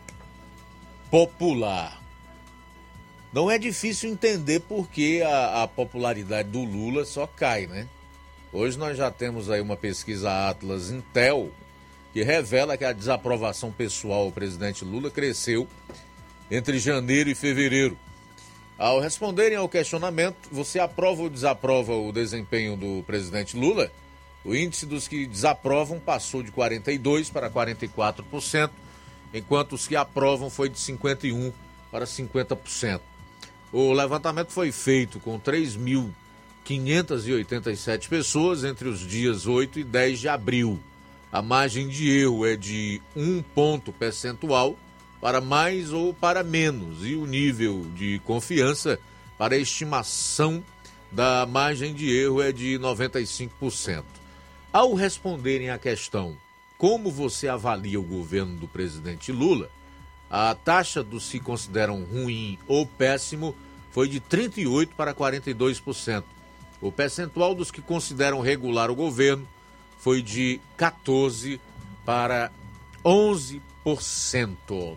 popular. Não é difícil entender por que a, a popularidade do Lula só cai, né? Hoje nós já temos aí uma pesquisa Atlas Intel que revela que a desaprovação pessoal ao presidente Lula cresceu entre janeiro e fevereiro. Ao responderem ao questionamento, você aprova ou desaprova o desempenho do presidente Lula? O índice dos que desaprovam passou de quarenta e dois por cento para quarenta e quatro por cento, enquanto os que aprovam foi de cinquenta e um por cento para cinquenta por cento. O levantamento foi feito com três mil quinhentas e oitenta e sete pessoas entre os dias oito e dez de abril. A margem de erro é de um ponto percentual para mais ou para menos, e o nível de confiança para a estimação da margem de erro é de noventa e cinco por cento. Ao responderem à questão como você avalia o governo do presidente Lula, a taxa dos que consideram ruim ou péssimo foi de trinta e oito por cento para quarenta e dois por cento. O percentual dos que consideram regular o governo foi de quatorze por cento para onze por cento.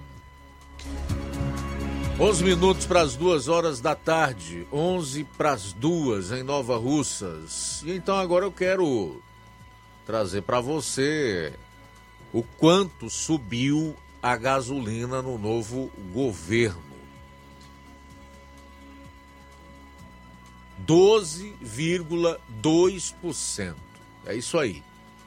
onze minutos para as duas horas da tarde, onze para as duas em Nova Russas. E então agora eu quero trazer para você o quanto subiu a gasolina no novo governo. doze vírgula dois por cento. É isso aí.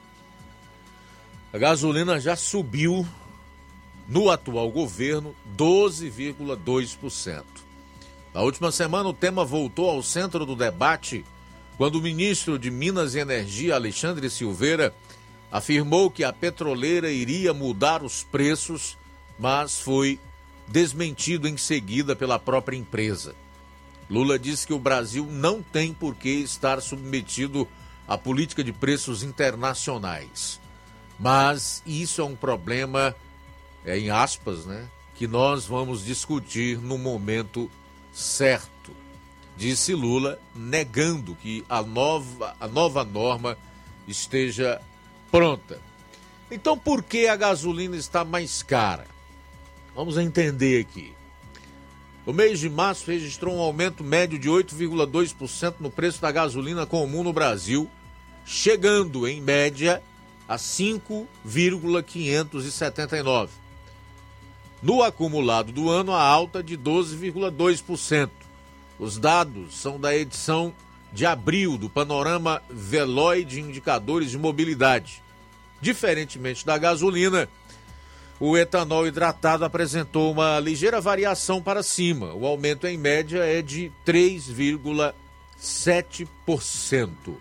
A gasolina já subiu no atual governo doze vírgula dois por cento. Na última semana o tema voltou ao centro do debate quando o ministro de Minas e Energia, Alexandre Silveira, afirmou que a petroleira iria mudar os preços, mas foi desmentido em seguida pela própria empresa. Lula disse que o Brasil não tem por que estar submetido à política de preços internacionais. Mas isso é um problema, é, em aspas, né, que nós vamos discutir no momento certo, disse Lula, negando que a nova, a nova norma esteja pronta. Então, por que a gasolina está mais cara? Vamos entender aqui. No mês de março registrou um aumento médio de oito vírgula dois por cento no preço da gasolina comum no Brasil, chegando, em média, a cinco vírgula quinhentos e setenta e nove. No acumulado do ano, a alta de doze vírgula dois por cento. Os dados são da edição de abril do Panorama Veloy de Indicadores de Mobilidade. Diferentemente da gasolina, o etanol hidratado apresentou uma ligeira variação para cima. O aumento em média é de três vírgula sete por cento.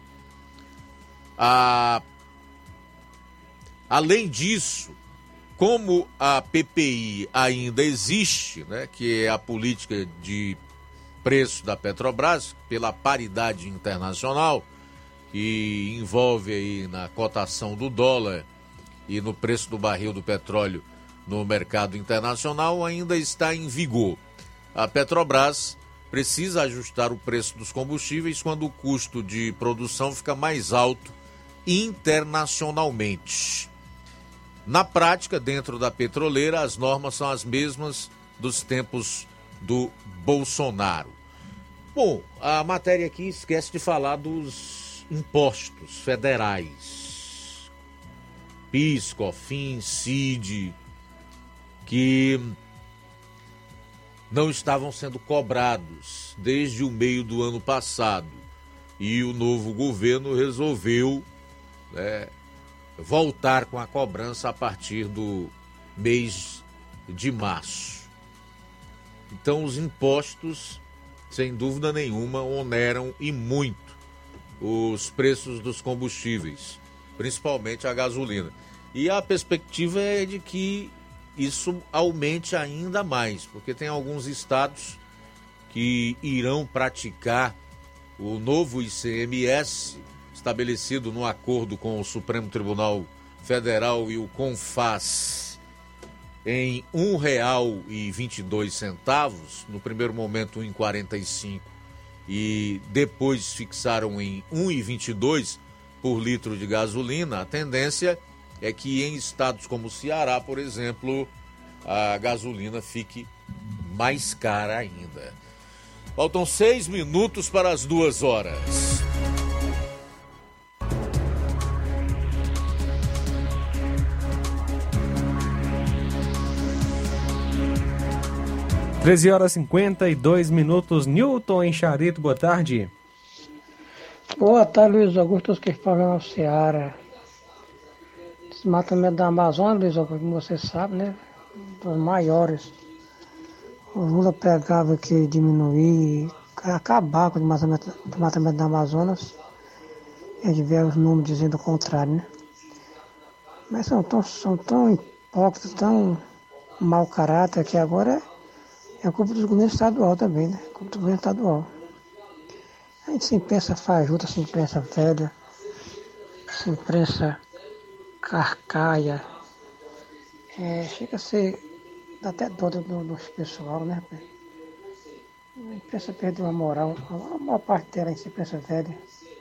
A... Além disso, como a P P I ainda existe, né, que é a política de preço da Petrobras, pela paridade internacional, que envolve aí na cotação do dólar e no preço do barril do petróleo no mercado internacional, ainda está em vigor. A Petrobras precisa ajustar o preço dos combustíveis quando o custo de produção fica mais alto internacionalmente. Na prática, dentro da petroleira, as normas são as mesmas dos tempos do Bolsonaro. Bom, a matéria aqui esquece de falar dos impostos federais. PIS, COFINS, C I D, que não estavam sendo cobrados desde o meio do ano passado. E o novo governo resolveu, né, voltar com a cobrança a partir do mês de março. Então, os impostos, sem dúvida nenhuma, oneram e muito os preços dos combustíveis, principalmente a gasolina. E a perspectiva é de que isso aumente ainda mais, porque tem alguns estados que irão praticar o novo I C M S, estabelecido no acordo com o Supremo Tribunal Federal e o CONFAS, em um real e vinte e dois centavos, no primeiro momento um real e quarenta e cinco centavos, e depois fixaram em um real e vinte e dois centavos por litro de gasolina. A tendência é que em estados como o Ceará, por exemplo, a gasolina fique mais cara ainda. Faltam seis minutos para as duas horas.
treze horas e cinquenta e dois minutos. Newton em Charito, boa tarde.
Boa tarde, Luiz Augusto, que falam ao Ceará. Desmatamento da Amazônia, Luiz Augusto, como você sabe, né? Dos maiores. O Lula pregava que diminuir, acabar com o desmatamento, desmatamento da Amazonas. E a gente vê os números dizendo o contrário, né? Mas são tão, são tão hipócritas, tão mau caráter, que agora é culpa dos governos estadual também, né? Culpa do governo estadual. A gente se imprensa fajuta, se imprensa velha, se imprensa carcaia. É, chega a ser, dá até dó do, do pessoal, né? A imprensa perdeu a moral, a maior parte dela é a imprensa velha.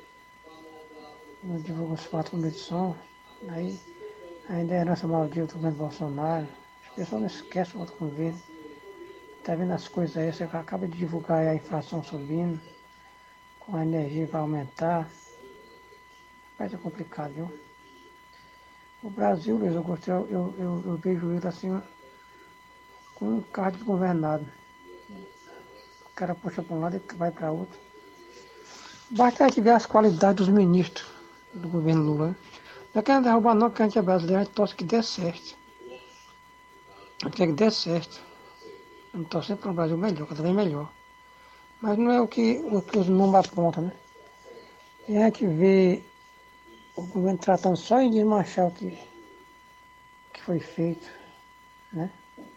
Não divulga os fatos com medição, aí ainda é a herança maldita do governo Bolsonaro. As pessoas não esquecem o outro governo. Tá vendo as coisas aí, você acaba de divulgar a inflação subindo, com a energia vai aumentar. Mas é complicado, viu? O Brasil, Luiz Augusto, eu, eu, eu, eu vejo ele assim, com um carro desgovernado. O cara puxa para um lado e vai para outro. Basta a gente ver as qualidades dos ministros do governo Lula. Não quer derrubar não, porque a gente é brasileiro, a gente torce que dê certo. A gente quer que dê certo. Eu estou sempre para um Brasil melhor, cada vez melhor. Mas não é o que, o que os números apontam, né? E a gente vê o governo tratando só em desmanchar o que, que foi feito, né?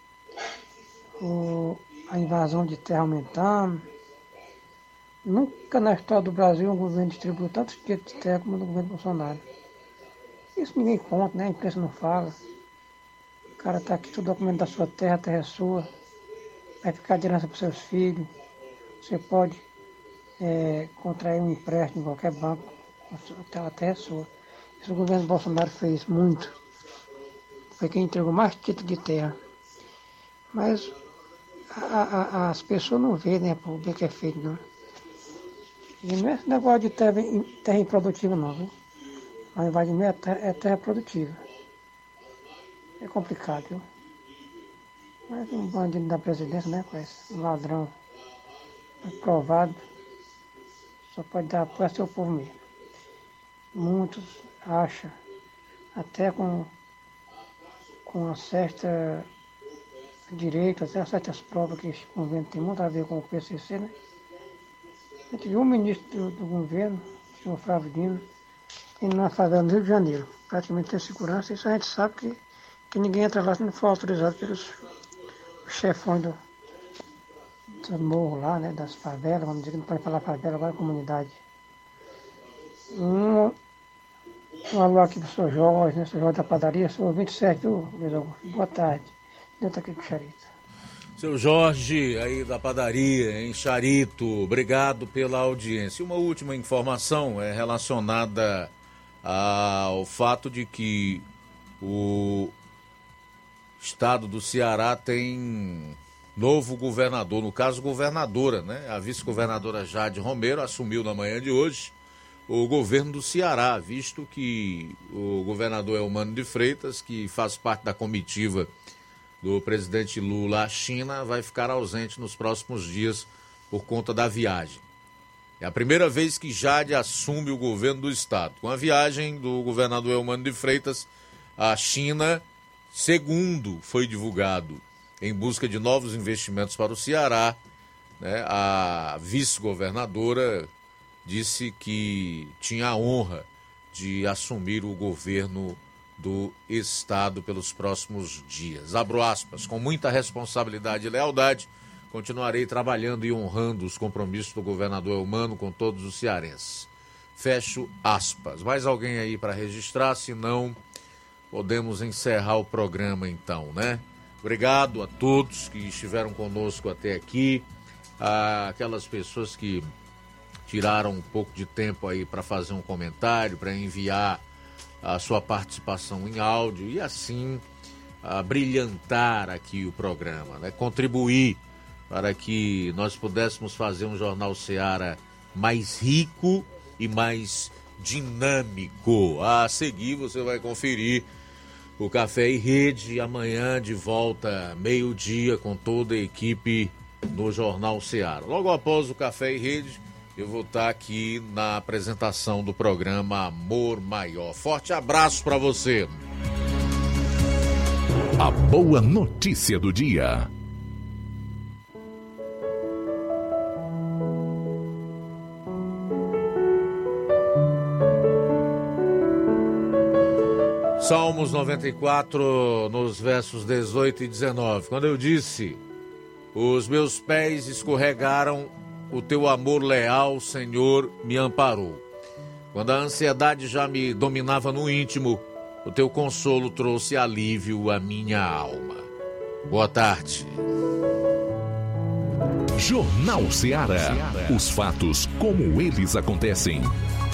O, a invasão de terra aumentando. Nunca na história do Brasil um governo distribuiu tantos dias de terra como no governo Bolsonaro. Isso ninguém conta, né? A imprensa não fala. O cara está aqui, o documento da sua terra, a terra é sua. Vai ficar de herança para os seus filhos. Você pode é, contrair um empréstimo em qualquer banco. A terra é sua. Isso o governo Bolsonaro fez muito. Foi quem entregou mais título de terra. Mas a, a, as pessoas não veem, né, o bem que é feito, não. E não é esse negócio de terra, terra improdutiva, não, viu? Mas invadir é terra, é terra produtiva. É complicado, viu? Mas um bandido da presidência, né, parece? Um ladrão aprovado. Só pode dar apoio ao seu povo mesmo. Muitos acham, até com, com uma certa direito, até certas provas que esse governo tem muito a ver com o P C C, né? A gente viu um ministro do, do governo, o senhor Flávio Dino, indo na favela no Rio de Janeiro, praticamente tem segurança. Isso a gente sabe que, que ninguém entra lá se não for autorizado pelos chefões do, do morro lá, né, das favelas, vamos dizer que não pode falar favela, agora é comunidade. Um, um alô aqui para o senhor Jorge, né, senhor Jorge da padaria, senhor vinte e sete, viu, Luiz Augusto? Boa tarde. Dentro aqui do Charito.
Seu Jorge, aí da padaria, em Charito, obrigado pela audiência. Uma última informação é relacionada ao fato de que o estado do Ceará tem novo governador, no caso governadora, né? A vice-governadora Jade Romero assumiu na manhã de hoje o governo do Ceará, visto que o governador Eumano de Freitas, que faz parte da comitiva do presidente Lula à China, vai ficar ausente nos próximos dias por conta da viagem. É a primeira vez que Jade assume o governo do estado. Com a viagem do governador Eumano de Freitas à China, segundo foi divulgado, em busca de novos investimentos para o Ceará, né, a vice-governadora disse que tinha a honra de assumir o governo do estado pelos próximos dias. Abro aspas, com muita responsabilidade e lealdade, continuarei trabalhando e honrando os compromissos do governador Eumano com todos os cearenses. Fecho aspas. Mais alguém aí para registrar? Se não, podemos encerrar o programa então, né? Obrigado a todos que estiveram conosco até aqui, aquelas pessoas que tiraram um pouco de tempo aí para fazer um comentário, para enviar a sua participação em áudio e assim a brilhantar aqui o programa, né? Contribuir para que nós pudéssemos fazer um Jornal Ceará mais rico e mais dinâmico. A seguir você vai conferir o Café e Rede, amanhã de volta meio-dia com toda a equipe no Jornal Ceará. Logo após o Café e Rede, eu vou estar aqui na apresentação do programa Amor Maior. Forte abraço para você.
A boa notícia do dia.
Salmos noventa e quatro, nos versos dezoito e dezenove. Quando eu disse, os meus pés escorregaram, o teu amor leal, Senhor, me amparou. Quando a ansiedade já me dominava no íntimo, o teu consolo trouxe alívio à minha alma. Boa tarde.
Jornal Ceará. Os fatos como eles acontecem.